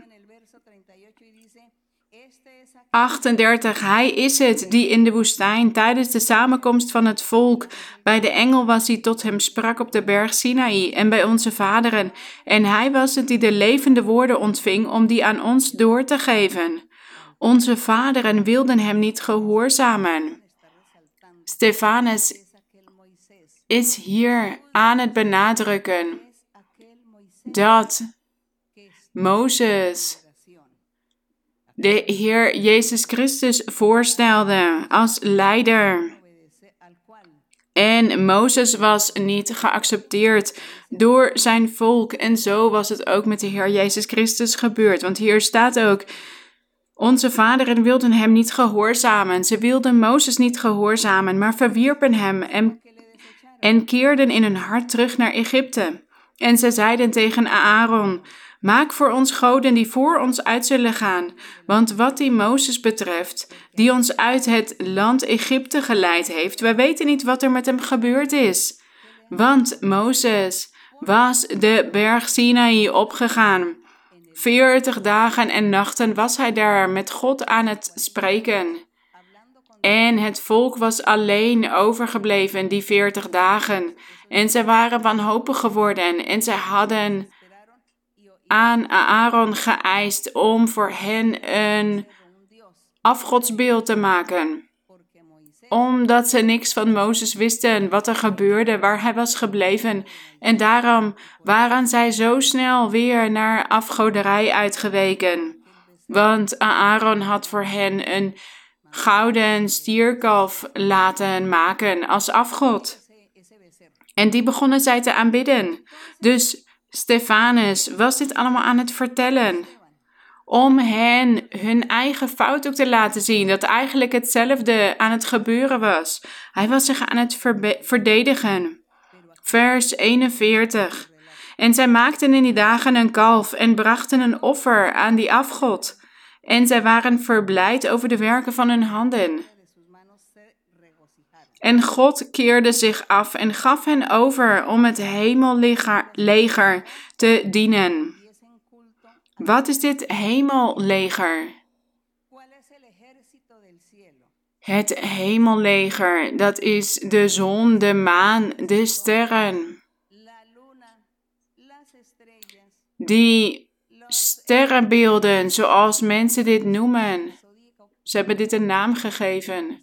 38. Hij is het die in de woestijn tijdens de samenkomst van het volk bij de engel was die tot hem sprak op de berg Sinaï en bij onze vaderen. En hij was het die de levende woorden ontving om die aan ons door te geven. Onze vaderen wilden hem niet gehoorzamen. Stefanus is hier aan het benadrukken dat Mozes de Heer Jezus Christus voorstelde als leider. En Mozes was niet geaccepteerd door zijn volk. En zo was het ook met de Heer Jezus Christus gebeurd. Want hier staat ook, onze vaderen wilden hem niet gehoorzamen. Ze wilden Mozes niet gehoorzamen, maar verwierpen hem en keerden in hun hart terug naar Egypte. En ze zeiden tegen Aaron: maak voor ons goden die voor ons uit zullen gaan. Want wat die Mozes betreft, die ons uit het land Egypte geleid heeft, wij weten niet wat er met hem gebeurd is. Want Mozes was de berg Sinaï opgegaan. 40 dagen en nachten was hij daar met God aan het spreken. En het volk was alleen overgebleven die 40 dagen. En zij waren wanhopig geworden en zij hadden aan Aaron geëist om voor hen een afgodsbeeld te maken. omdat ze niks van Mozes wisten, wat er gebeurde, waar hij was gebleven. En daarom waren zij zo snel weer naar afgoderij uitgeweken. Want Aaron had voor hen een gouden stierkalf laten maken als afgod. En die begonnen zij te aanbidden. Dus Stefanus was dit allemaal aan het vertellen. Om hen hun eigen fout ook te laten zien. Dat eigenlijk hetzelfde aan het gebeuren was. Hij was zich aan het verdedigen. Vers 41. En zij maakten in die dagen een kalf en brachten een offer aan die afgod. En zij waren verblijd over de werken van hun handen. En God keerde zich af en gaf hen over om het hemelleger te dienen. Wat is dit hemelleger? Het hemelleger, dat is de zon, de maan, de sterren. Die sterrenbeelden, zoals mensen dit noemen. Ze hebben dit een naam gegeven.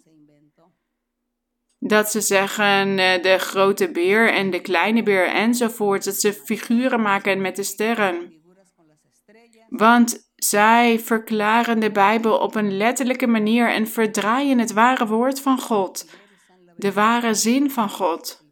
Dat ze zeggen de grote beer en de kleine beer enzovoort. Dat ze figuren maken met de sterren. Want zij verklaren de Bijbel op een letterlijke manier en verdraaien het ware woord van God. De ware zin van God.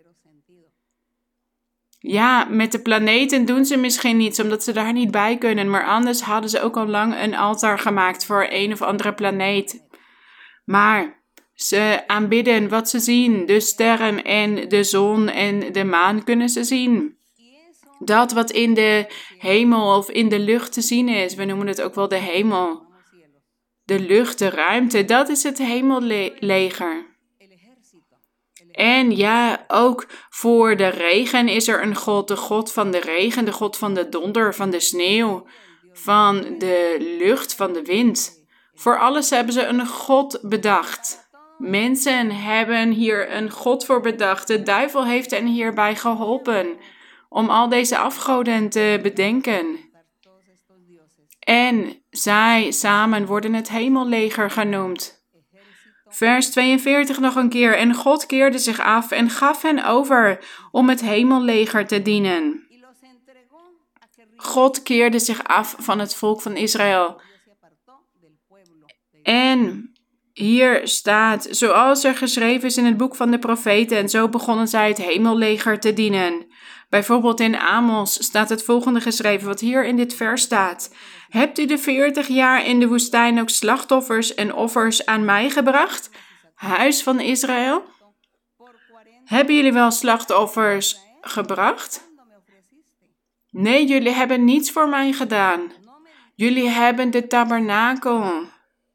Ja, met de planeten doen ze misschien niets, omdat ze daar niet bij kunnen. Maar anders hadden ze ook al lang een altaar gemaakt voor een of andere planeet. Maar ze aanbidden wat ze zien. De sterren en de zon en de maan kunnen ze zien. Dat wat in de hemel of in de lucht te zien is. We noemen het ook wel de hemel. De lucht, de ruimte, dat is het hemelleger. En ja, ook voor de regen is er een God. De God van de regen, de God van de donder, van de sneeuw, van de lucht, van de wind. Voor alles hebben ze een God bedacht. Mensen hebben hier een God voor bedacht. De duivel heeft hen hierbij geholpen om al deze afgoden te bedenken. En zij samen worden het hemelleger genoemd. Vers 42 nog een keer. En God keerde zich af en gaf hen over om het hemelleger te dienen. God keerde zich af van het volk van Israël. En hier staat, zoals er geschreven is in het boek van de profeten, en zo begonnen zij het hemelleger te dienen. Bijvoorbeeld in Amos staat het volgende geschreven, wat hier in dit vers staat. Hebt u de 40 jaar in de woestijn ook slachtoffers en offers aan mij gebracht, huis van Israël? Hebben jullie wel slachtoffers gebracht? Nee, jullie hebben niets voor mij gedaan. Jullie hebben de tabernakel,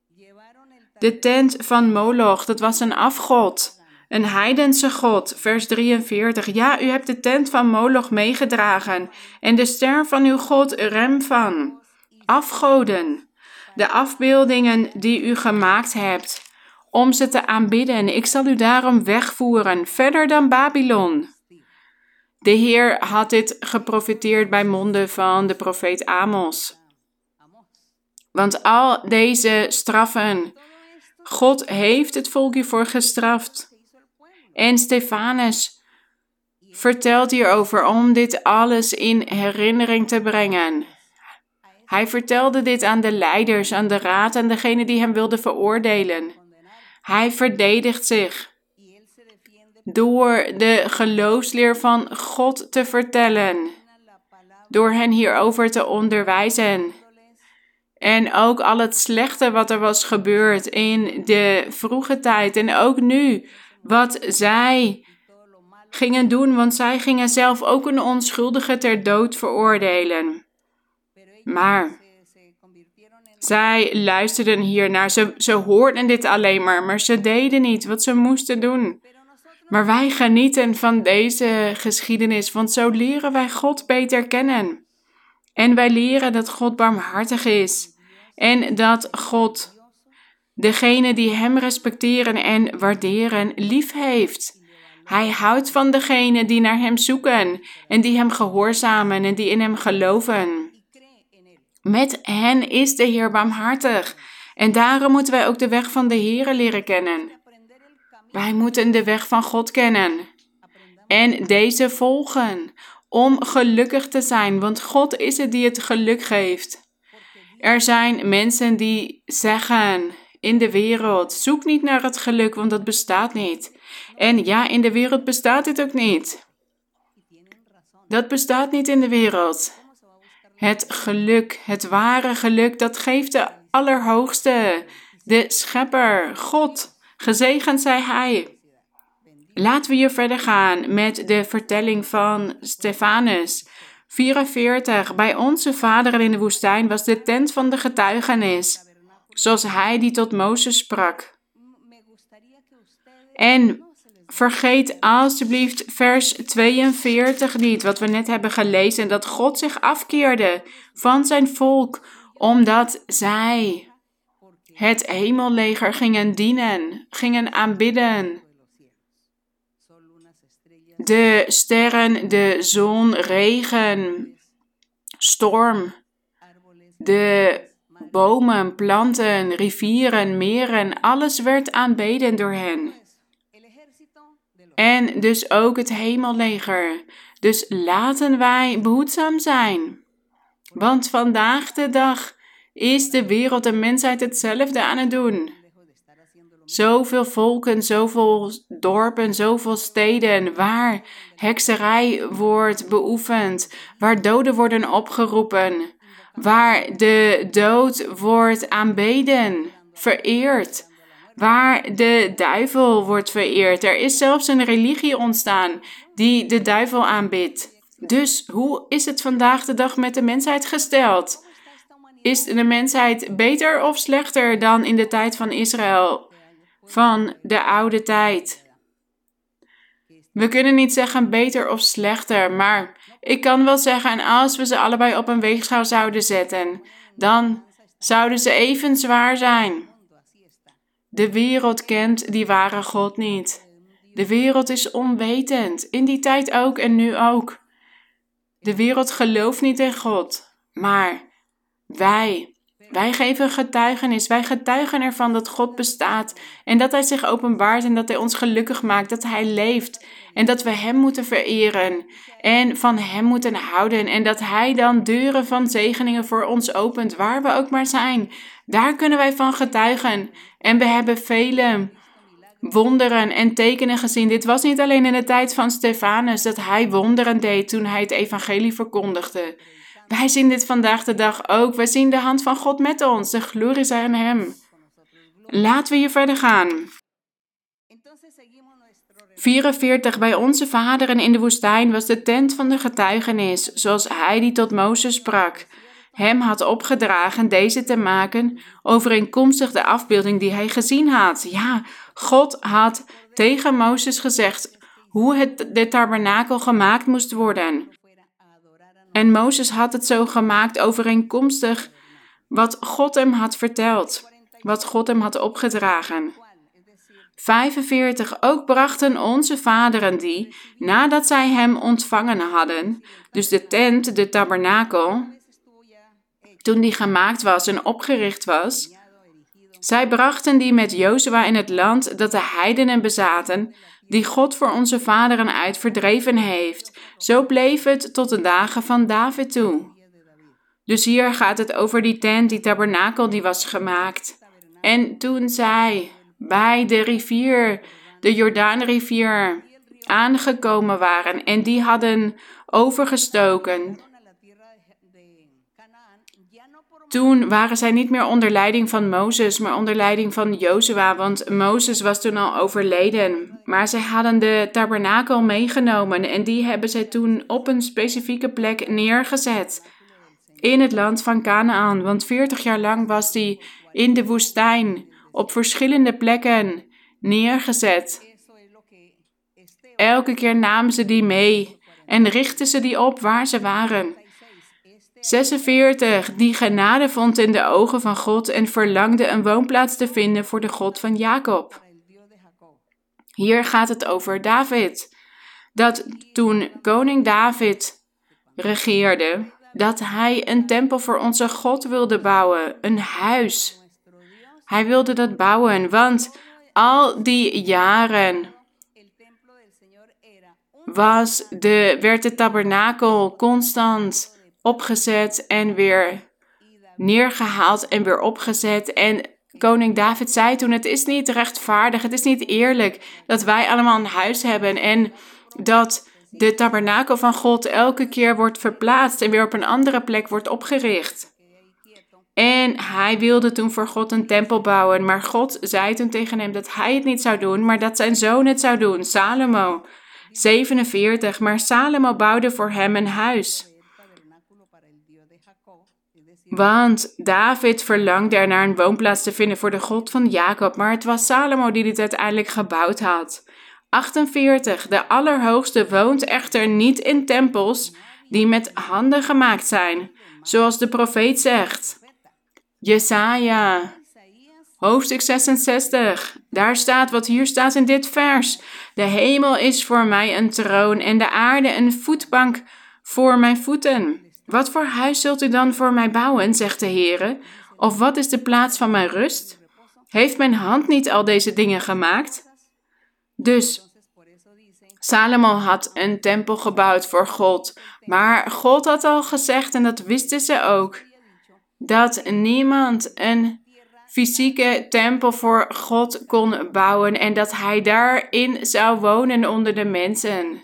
de tent van Moloch, dat was een afgod. Een heidense god, vers 43. Ja, u hebt de tent van Moloch meegedragen en de ster van uw god Remphan. Afgoden, de afbeeldingen die u gemaakt hebt, om ze te aanbidden. Ik zal u daarom wegvoeren, verder dan Babylon. De Heer had dit geprofeteerd bij monden van de profeet Amos. Want al deze straffen, God heeft het volk hiervoor gestraft. En Stefanus vertelt hierover om dit alles in herinnering te brengen. Hij vertelde dit aan de leiders, aan de raad, aan degenen die hem wilden veroordelen. Hij verdedigt zich door de geloofsleer van God te vertellen, door hen hierover te onderwijzen. En ook al het slechte wat er was gebeurd in de vroege tijd en ook nu, wat zij gingen doen, want zij gingen zelf ook een onschuldige ter dood veroordelen. Maar zij luisterden hiernaar, ze hoorden dit alleen maar ze deden niet wat ze moesten doen. Maar wij genieten van deze geschiedenis, want zo leren wij God beter kennen. En wij leren dat God barmhartig is en dat God degene die hem respecteren en waarderen lief heeft. Hij houdt van degenen die naar hem zoeken en die hem gehoorzamen en die in hem geloven. Met hen is de Heer barmhartig en daarom moeten wij ook de weg van de Heer leren kennen. Wij moeten de weg van God kennen en deze volgen om gelukkig te zijn, want God is het die het geluk geeft. Er zijn mensen die zeggen in de wereld, zoek niet naar het geluk, want dat bestaat niet. En ja, in de wereld bestaat dit ook niet. Dat bestaat niet in de wereld. Het geluk, het ware geluk, dat geeft de Allerhoogste, de Schepper, God. Gezegend zij Hij. Laten we hier verder gaan met de vertelling van Stefanus. 44. Bij onze vaderen in de woestijn was de tent van de getuigenis, zoals hij die tot Mozes sprak. En vergeet alsjeblieft vers 42 niet, wat we net hebben gelezen, dat God zich afkeerde van zijn volk, omdat zij het hemelleger gingen dienen, gingen aanbidden. De sterren, de zon, regen, storm, de bomen, planten, rivieren, meren, alles werd aanbeden door hen. En dus ook het hemelleger. Dus laten wij behoedzaam zijn. Want vandaag de dag is de wereld en mensheid hetzelfde aan het doen. Zoveel volken, zoveel dorpen, zoveel steden waar hekserij wordt beoefend, waar doden worden opgeroepen, waar de dood wordt aanbeden, vereerd, waar de duivel wordt vereerd. Er is zelfs een religie ontstaan die de duivel aanbidt. Dus hoe is het vandaag de dag met de mensheid gesteld? Is de mensheid beter of slechter dan in de tijd van Israël? Van de oude tijd. We kunnen niet zeggen beter of slechter, maar ik kan wel zeggen, en als we ze allebei op een weegschaal zouden zetten, dan zouden ze even zwaar zijn. De wereld kent die ware God niet. De wereld is onwetend, in die tijd ook en nu ook. De wereld gelooft niet in God, maar wij geven getuigenis. Wij getuigen ervan dat God bestaat en dat Hij zich openbaart en dat Hij ons gelukkig maakt, dat Hij leeft en dat we Hem moeten vereren en van Hem moeten houden en dat Hij dan deuren van zegeningen voor ons opent, waar we ook maar zijn. Daar kunnen wij van getuigen en we hebben vele wonderen en tekenen gezien. Dit was niet alleen in de tijd van Stefanus dat hij wonderen deed toen hij het evangelie verkondigde. Wij zien dit vandaag de dag ook. Wij zien de hand van God met ons. De glorie zij aan Hem. Laten we hier verder gaan. 44. Bij onze vaderen in de woestijn was de tent van de getuigenis, zoals hij die tot Mozes sprak. Hem had opgedragen deze te maken, overeenkomstig de afbeelding die hij gezien had. Ja, God had tegen Mozes gezegd hoe de tabernakel gemaakt moest worden. En Mozes had het zo gemaakt overeenkomstig wat God hem had verteld, wat God hem had opgedragen. 45. Ook brachten onze vaderen die, nadat zij hem ontvangen hadden, dus de tent, de tabernakel, toen die gemaakt was en opgericht was, zij brachten die met Jozua in het land dat de heidenen bezaten, die God voor onze vaderen uit verdreven heeft. Zo bleef het tot de dagen van David toe. Dus hier gaat het over die tent, die tabernakel die was gemaakt. En toen zij bij de rivier, de Jordaanrivier, aangekomen waren en die hadden overgestoken, toen waren zij niet meer onder leiding van Mozes, maar onder leiding van Jozua, want Mozes was toen al overleden. Maar zij hadden de tabernakel meegenomen en die hebben zij toen op een specifieke plek neergezet. In het land van Kanaan, want 40 jaar lang was die in de woestijn op verschillende plekken neergezet. Elke keer namen ze die mee en richtten ze die op waar ze waren. 46, die genade vond in de ogen van God en verlangde een woonplaats te vinden voor de God van Jacob. Hier gaat het over David. Dat toen koning David regeerde, dat hij een tempel voor onze God wilde bouwen, een huis. Hij wilde dat bouwen, want Al die jaren werd de tabernakel constant opgezet en weer neergehaald en weer opgezet. En koning David zei toen, het is niet rechtvaardig, het is niet eerlijk dat wij allemaal een huis hebben en dat de tabernakel van God elke keer wordt verplaatst en weer op een andere plek wordt opgericht. En hij wilde toen voor God een tempel bouwen, maar God zei toen tegen hem dat hij het niet zou doen, maar dat zijn zoon het zou doen, Salomo. 47, maar Salomo bouwde voor hem een huis. Want David verlangde ernaar een woonplaats te vinden voor de God van Jacob, maar het was Salomo die dit uiteindelijk gebouwd had. 48, de Allerhoogste woont echter niet in tempels die met handen gemaakt zijn, zoals de profeet zegt. Jesaja, hoofdstuk 66, daar staat wat hier staat in dit vers. De hemel is voor mij een troon en de aarde een voetbank voor mijn voeten. Wat voor huis zult u dan voor mij bouwen, zegt de Heere? Of wat is de plaats van mijn rust? Heeft mijn hand niet al deze dingen gemaakt? Dus Salomo had een tempel gebouwd voor God, maar God had al gezegd, en dat wisten ze ook, dat niemand een fysieke tempel voor God kon bouwen en dat hij daarin zou wonen onder de mensen.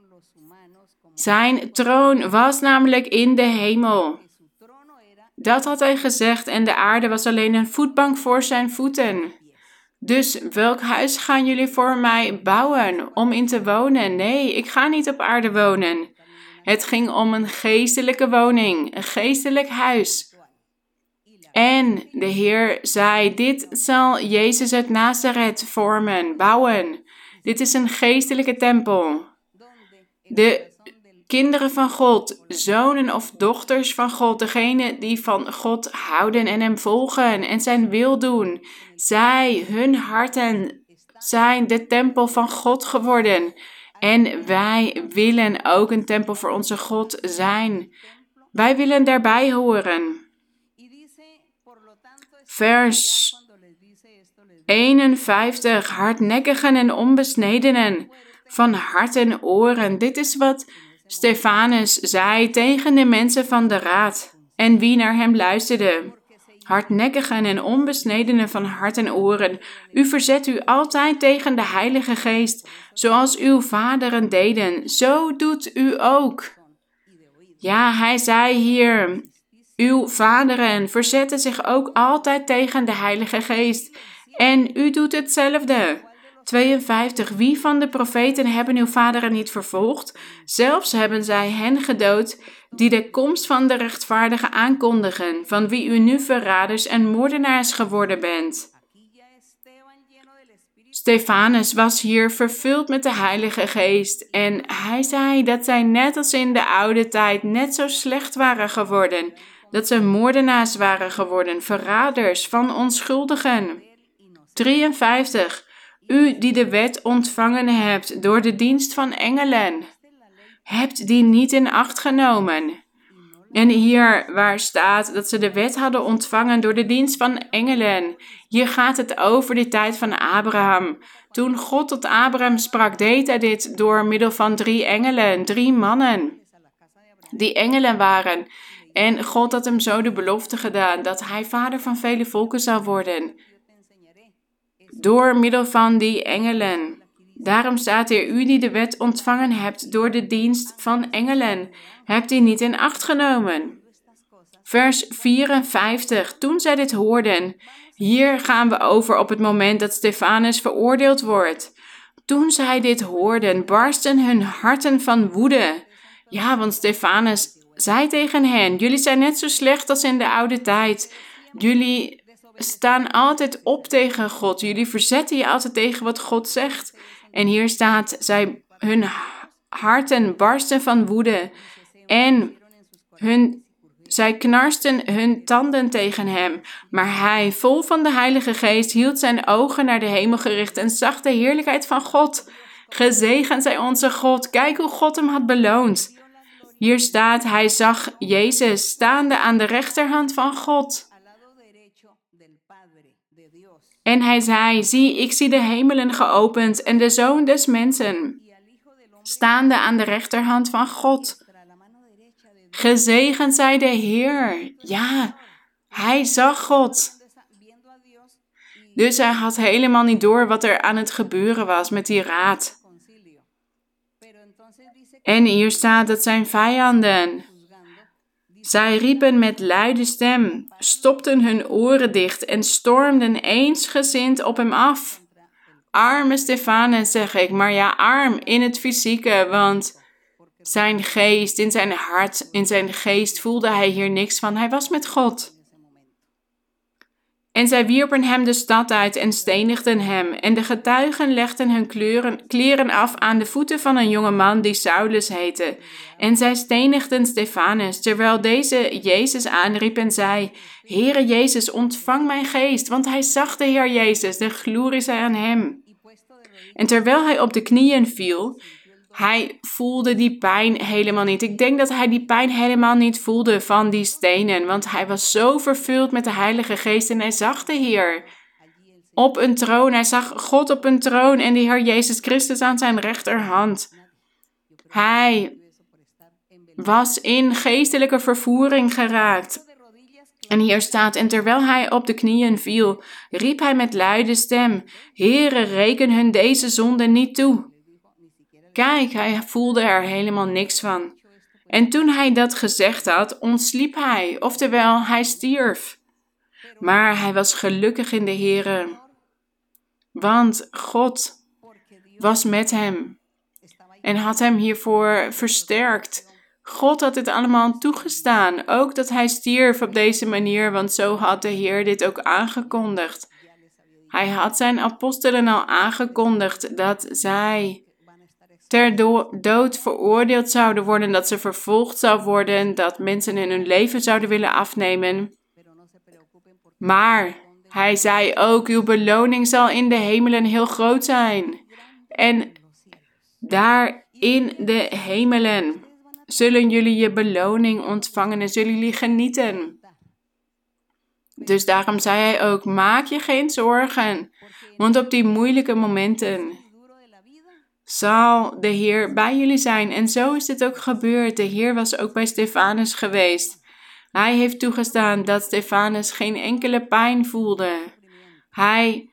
Zijn troon was namelijk in de hemel. Dat had hij gezegd en de aarde was alleen een voetbank voor zijn voeten. Dus welk huis gaan jullie voor mij bouwen om in te wonen? Nee, ik ga niet op aarde wonen. Het ging om een geestelijke woning, een geestelijk huis. En de Heer zei, dit zal Jezus uit Nazareth bouwen. Dit is een geestelijke tempel. De kinderen van God, zonen of dochters van God, degenen die van God houden en hem volgen en zijn wil doen, hun harten zijn de tempel van God geworden. En wij willen ook een tempel voor onze God zijn. Wij willen daarbij horen. Vers 51, hardnekkigen en onbesnedenen van hart en oren. Dit is wat Stefanus zei tegen de mensen van de raad en wie naar hem luisterde. Hardnekkigen en onbesnedenen van hart en oren. U verzet u altijd tegen de Heilige Geest, zoals uw vaderen deden. Zo doet u ook. Ja, hij zei hier, uw vaderen verzetten zich ook altijd tegen de Heilige Geest. En u doet hetzelfde. 52. Wie van de profeten hebben uw vaderen niet vervolgd? Zelfs hebben zij hen gedood die de komst van de rechtvaardige aankondigen, van wie u nu verraders en moordenaars geworden bent. Stefanus was hier vervuld met de Heilige Geest en hij zei dat zij net als in de oude tijd net zo slecht waren geworden, dat ze moordenaars waren geworden, verraders van onschuldigen. 53. U die de wet ontvangen hebt door de dienst van engelen, hebt die niet in acht genomen. En hier waar staat dat ze de wet hadden ontvangen door de dienst van engelen. Hier gaat het over de tijd van Abraham. Toen God tot Abraham sprak, deed hij dit door middel van 3 engelen, 3 mannen. Die engelen waren. En God had hem zo de belofte gedaan dat hij vader van vele volken zou worden. Door middel van die engelen. Daarom staat hier, u die de wet ontvangen hebt door de dienst van engelen, hebt die niet in acht genomen. Vers 54. Toen zij dit hoorden, hier gaan we over op het moment dat Stefanus veroordeeld wordt. Toen zij dit hoorden, barsten hun harten van woede. Ja, want Stefanus zei tegen hen, jullie zijn net zo slecht als in de oude tijd. Jullie staan altijd op tegen God. Jullie verzetten je altijd tegen wat God zegt. En hier staat, hun harten barsten van woede en zij knarsten hun tanden tegen hem. Maar hij, vol van de Heilige Geest, hield zijn ogen naar de hemel gericht en zag de heerlijkheid van God. Gezegend zij onze God, kijk hoe God hem had beloond. Hier staat, hij zag Jezus staande aan de rechterhand van God. En hij zei, zie, ik zie de hemelen geopend en de Zoon des Mensen staande aan de rechterhand van God. Gezegend zij de Heer. Ja, hij zag God. Dus hij had helemaal niet door wat er aan het gebeuren was met die raad. En hier staat dat zijn vijanden. Zij riepen met luide stem, stopten hun oren dicht en stormden eensgezind op hem af. Arme Stefanus, zeg ik, maar ja, arm in het fysieke, want zijn geest, in zijn hart, in zijn geest voelde hij hier niks van. Hij was met God. En zij wierpen hem de stad uit en stenigden hem. En de getuigen legden hun kleren af aan de voeten van een jonge man die Saulus heette. En zij stenigden Stefanus, terwijl deze Jezus aanriep en zei, Heere Jezus, ontvang mijn geest, want hij zag de Heer Jezus, de glorie zij aan hem. En terwijl hij op de knieën viel, hij voelde die pijn helemaal niet. Ik denk dat hij die pijn helemaal niet voelde van die stenen, want hij was zo vervuld met de Heilige Geest en hij zag de Heer op een troon. Hij zag God op een troon en de Heer Jezus Christus aan zijn rechterhand. Hij was in geestelijke vervoering geraakt. En hier staat, en terwijl hij op de knieën viel, riep hij met luide stem, Heere, reken hun deze zonde niet toe. Kijk, hij voelde er helemaal niks van. En toen hij dat gezegd had, ontsliep hij, oftewel hij stierf. Maar hij was gelukkig in de Heere, want God was met hem en had hem hiervoor versterkt. God had dit allemaal toegestaan, ook dat hij stierf op deze manier, want zo had de Heer dit ook aangekondigd. Hij had zijn apostelen al aangekondigd dat zij ter dood veroordeeld zouden worden, dat ze vervolgd zouden worden, dat mensen hun leven zouden willen afnemen. Maar hij zei ook, uw beloning zal in de hemelen heel groot zijn. En daar in de hemelen zullen jullie je beloning ontvangen en zullen jullie genieten. Dus daarom zei hij ook, maak je geen zorgen, want op die moeilijke momenten zal de Heer bij jullie zijn. En zo is dit ook gebeurd. De Heer was ook bij Stefanus geweest. Hij heeft toegestaan dat Stefanus geen enkele pijn voelde. Hij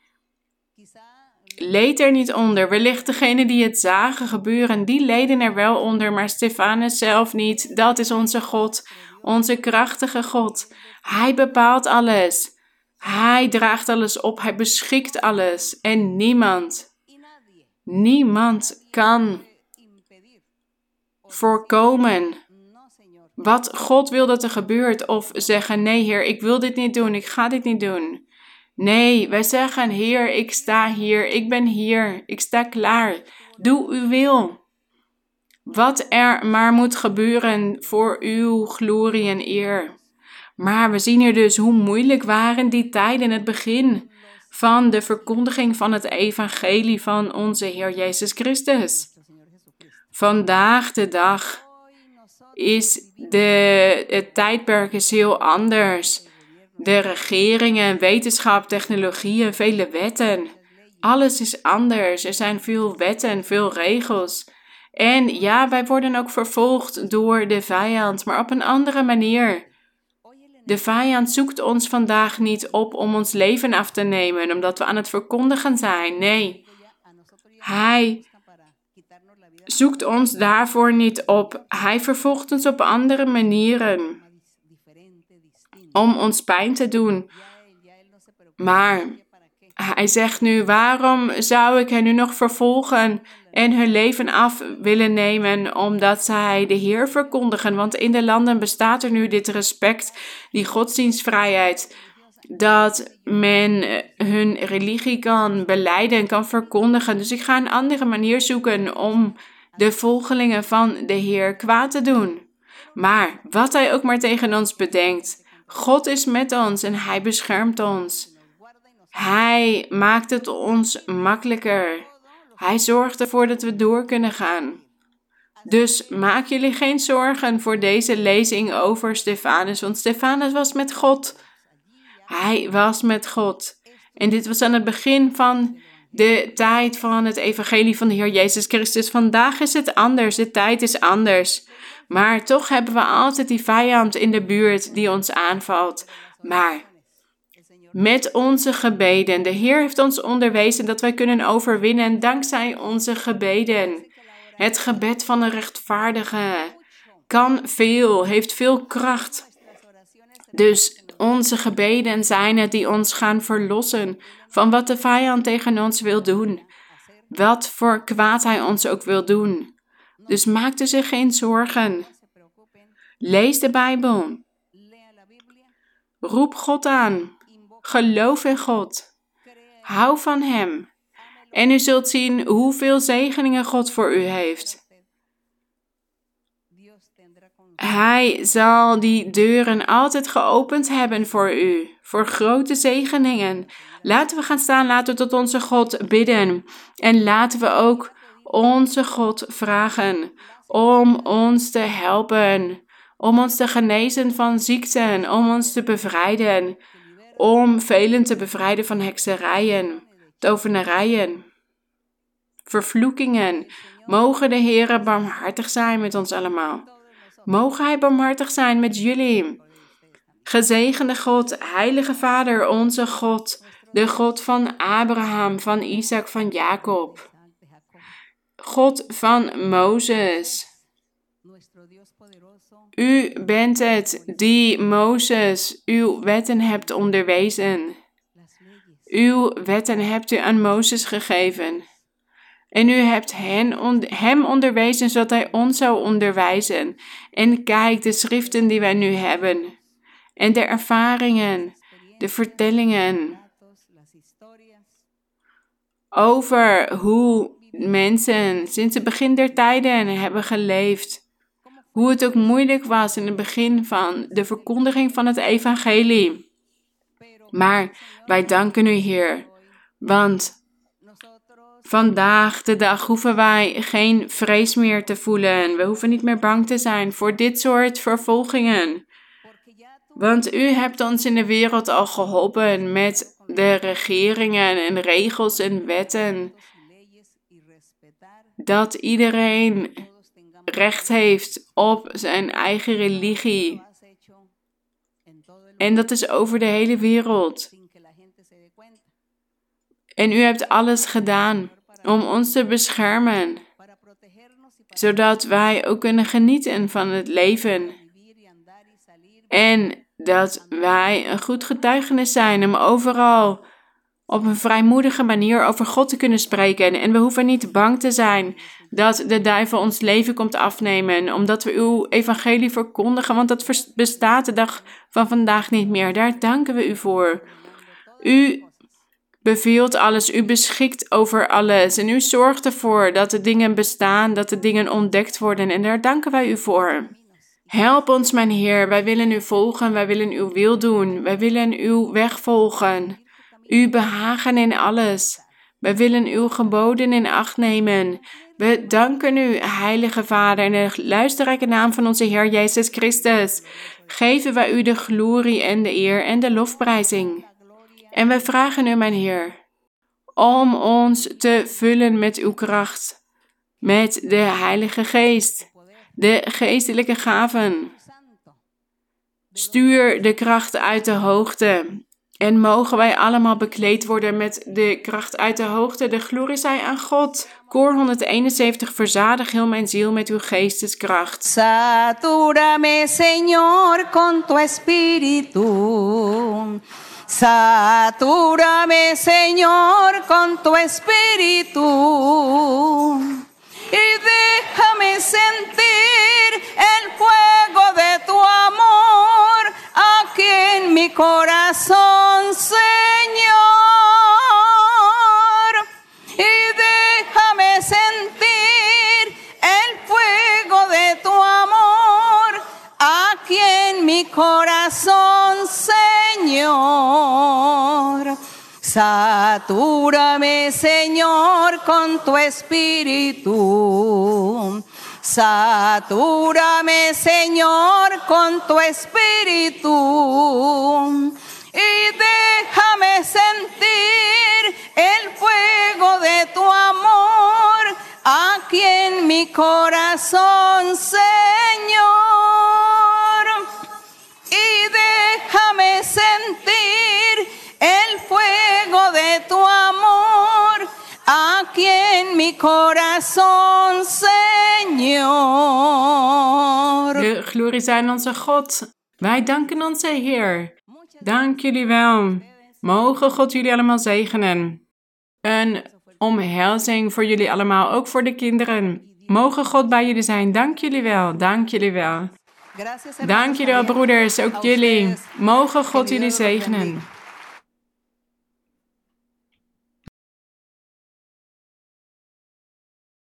leed er niet onder. Wellicht degenen die het zagen gebeuren, die leden er wel onder, maar Stefanus zelf niet. Dat is onze God, onze krachtige God. Hij bepaalt alles. Hij draagt alles op. Hij beschikt alles. En niemand kan voorkomen wat God wil dat er gebeurt. Of zeggen, nee Heer, ik wil dit niet doen. Ik ga dit niet doen. Nee, wij zeggen, Heer, ik sta hier. Ik ben hier. Ik sta klaar. Doe uw wil. Wat er maar moet gebeuren voor uw glorie en eer. Maar we zien hier dus hoe moeilijk waren die tijden in het begin van de verkondiging van het evangelie van onze Heer Jezus Christus. Vandaag de dag is het tijdperk is heel anders. De regeringen, wetenschap, technologieën, vele wetten. Alles is anders. Er zijn veel wetten, veel regels. En ja, wij worden ook vervolgd door de vijand, maar op een andere manier. De vijand zoekt ons vandaag niet op om ons leven af te nemen, omdat we aan het verkondigen zijn. Nee, hij zoekt ons daarvoor niet op. Hij vervolgt ons op andere manieren om ons pijn te doen. Maar hij zegt nu, waarom zou ik hen nu nog vervolgen en hun leven af willen nemen, omdat zij de Heer verkondigen? Want in de landen bestaat er nu dit respect, die godsdienstvrijheid, dat men hun religie kan belijden, kan verkondigen. Dus ik ga een andere manier zoeken om de volgelingen van de Heer kwaad te doen. Maar wat hij ook maar tegen ons bedenkt, God is met ons en hij beschermt ons. Hij maakt het ons makkelijker. Hij zorgt ervoor dat we door kunnen gaan. Dus maak jullie geen zorgen voor deze lezing over Stefanus, want Stefanus was met God. Hij was met God. En dit was aan het begin van de tijd van het evangelie van de Heer Jezus Christus. Vandaag is het anders, de tijd is anders. Maar toch hebben we altijd die vijand in de buurt die ons aanvalt. Maar met onze gebeden, de Heer heeft ons onderwezen dat wij kunnen overwinnen dankzij onze gebeden. Het gebed van een rechtvaardige kan veel, heeft veel kracht. Dus onze gebeden zijn het die ons gaan verlossen van wat de vijand tegen ons wil doen. Wat voor kwaad hij ons ook wil doen. Dus maak er zich geen zorgen. Lees de Bijbel. Roep God aan. Geloof in God. Hou van Hem. En u zult zien hoeveel zegeningen God voor u heeft. Hij zal die deuren altijd geopend hebben voor u. Voor grote zegeningen. Laten we gaan staan, laten we tot onze God bidden. En laten we ook onze God vragen om ons te helpen. Om ons te genezen van ziekten. Om ons te bevrijden. Om velen te bevrijden van hekserijen, tovenarijen, vervloekingen. Mogen de Heere barmhartig zijn met ons allemaal. Mogen Hij barmhartig zijn met jullie. Gezegende God, Heilige Vader, onze God, de God van Abraham, van Isaac, van Jacob. God van Mozes. U bent het die Mozes uw wetten hebt onderwezen. Uw wetten hebt u aan Mozes gegeven. En u hebt hem onderwezen zodat hij ons zou onderwijzen. En kijk, de schriften die wij nu hebben. En de ervaringen, de vertellingen. Over hoe mensen sinds het begin der tijden hebben geleefd. Hoe het ook moeilijk was in het begin van de verkondiging van het evangelie. Maar wij danken u, Heer, want vandaag de dag hoeven wij geen vrees meer te voelen. We hoeven niet meer bang te zijn voor dit soort vervolgingen. Want u hebt ons in de wereld al geholpen met de regeringen en regels en wetten. Dat iedereen recht heeft op zijn eigen religie. En dat is over de hele wereld. En u hebt alles gedaan om ons te beschermen. Zodat wij ook kunnen genieten van het leven. En dat wij een goed getuigenis zijn om overal op een vrijmoedige manier over God te kunnen spreken. En we hoeven niet bang te zijn dat de duivel ons leven komt afnemen. Omdat we uw evangelie verkondigen. Want dat bestaat de dag van vandaag niet meer. Daar danken we u voor. U beveelt alles. U beschikt over alles. En u zorgt ervoor dat de dingen bestaan. Dat de dingen ontdekt worden. En daar danken wij u voor. Help ons, mijn Heer. Wij willen u volgen. Wij willen uw wil doen. Wij willen uw weg volgen. U behagen in alles. We willen uw geboden in acht nemen. We danken u, Heilige Vader, in de luisterrijke naam van onze Heer Jezus Christus. Geven wij u de glorie en de eer en de lofprijzing. En wij vragen u, mijn Heer, om ons te vullen met uw kracht, met de Heilige Geest, de geestelijke gaven. Stuur de kracht uit de hoogte. En mogen wij allemaal bekleed worden met de kracht uit de hoogte. De glorie zij aan God. Koor 171, verzadig heel mijn ziel met uw geesteskracht. Satúrame, Señor, con tu espíritu. Satúrame, Señor, con tu espíritu. Y déjame sentir el fuego de tu amor aquí en mi corazón, Señor. Y déjame sentir el fuego de tu amor aquí en mi corazón, Señor. Satúrame, Señor, con tu espíritu. Satúrame, Señor, con tu espíritu. Y déjame sentir el fuego de tu amor aquí en mi corazón, Señor. Y déjame sentir el fuego de tu amor aquí en mi corazón, Señor. De glorie zij aan onze God. Wij danken onze Heer. Dank jullie wel. Mogen God jullie allemaal zegenen. Een omhelzing voor jullie allemaal, ook voor de kinderen. Mogen God bij jullie zijn. Dank jullie wel. Dank jullie wel. Dank jullie wel, broeders. Ook jullie. Mogen God jullie zegenen.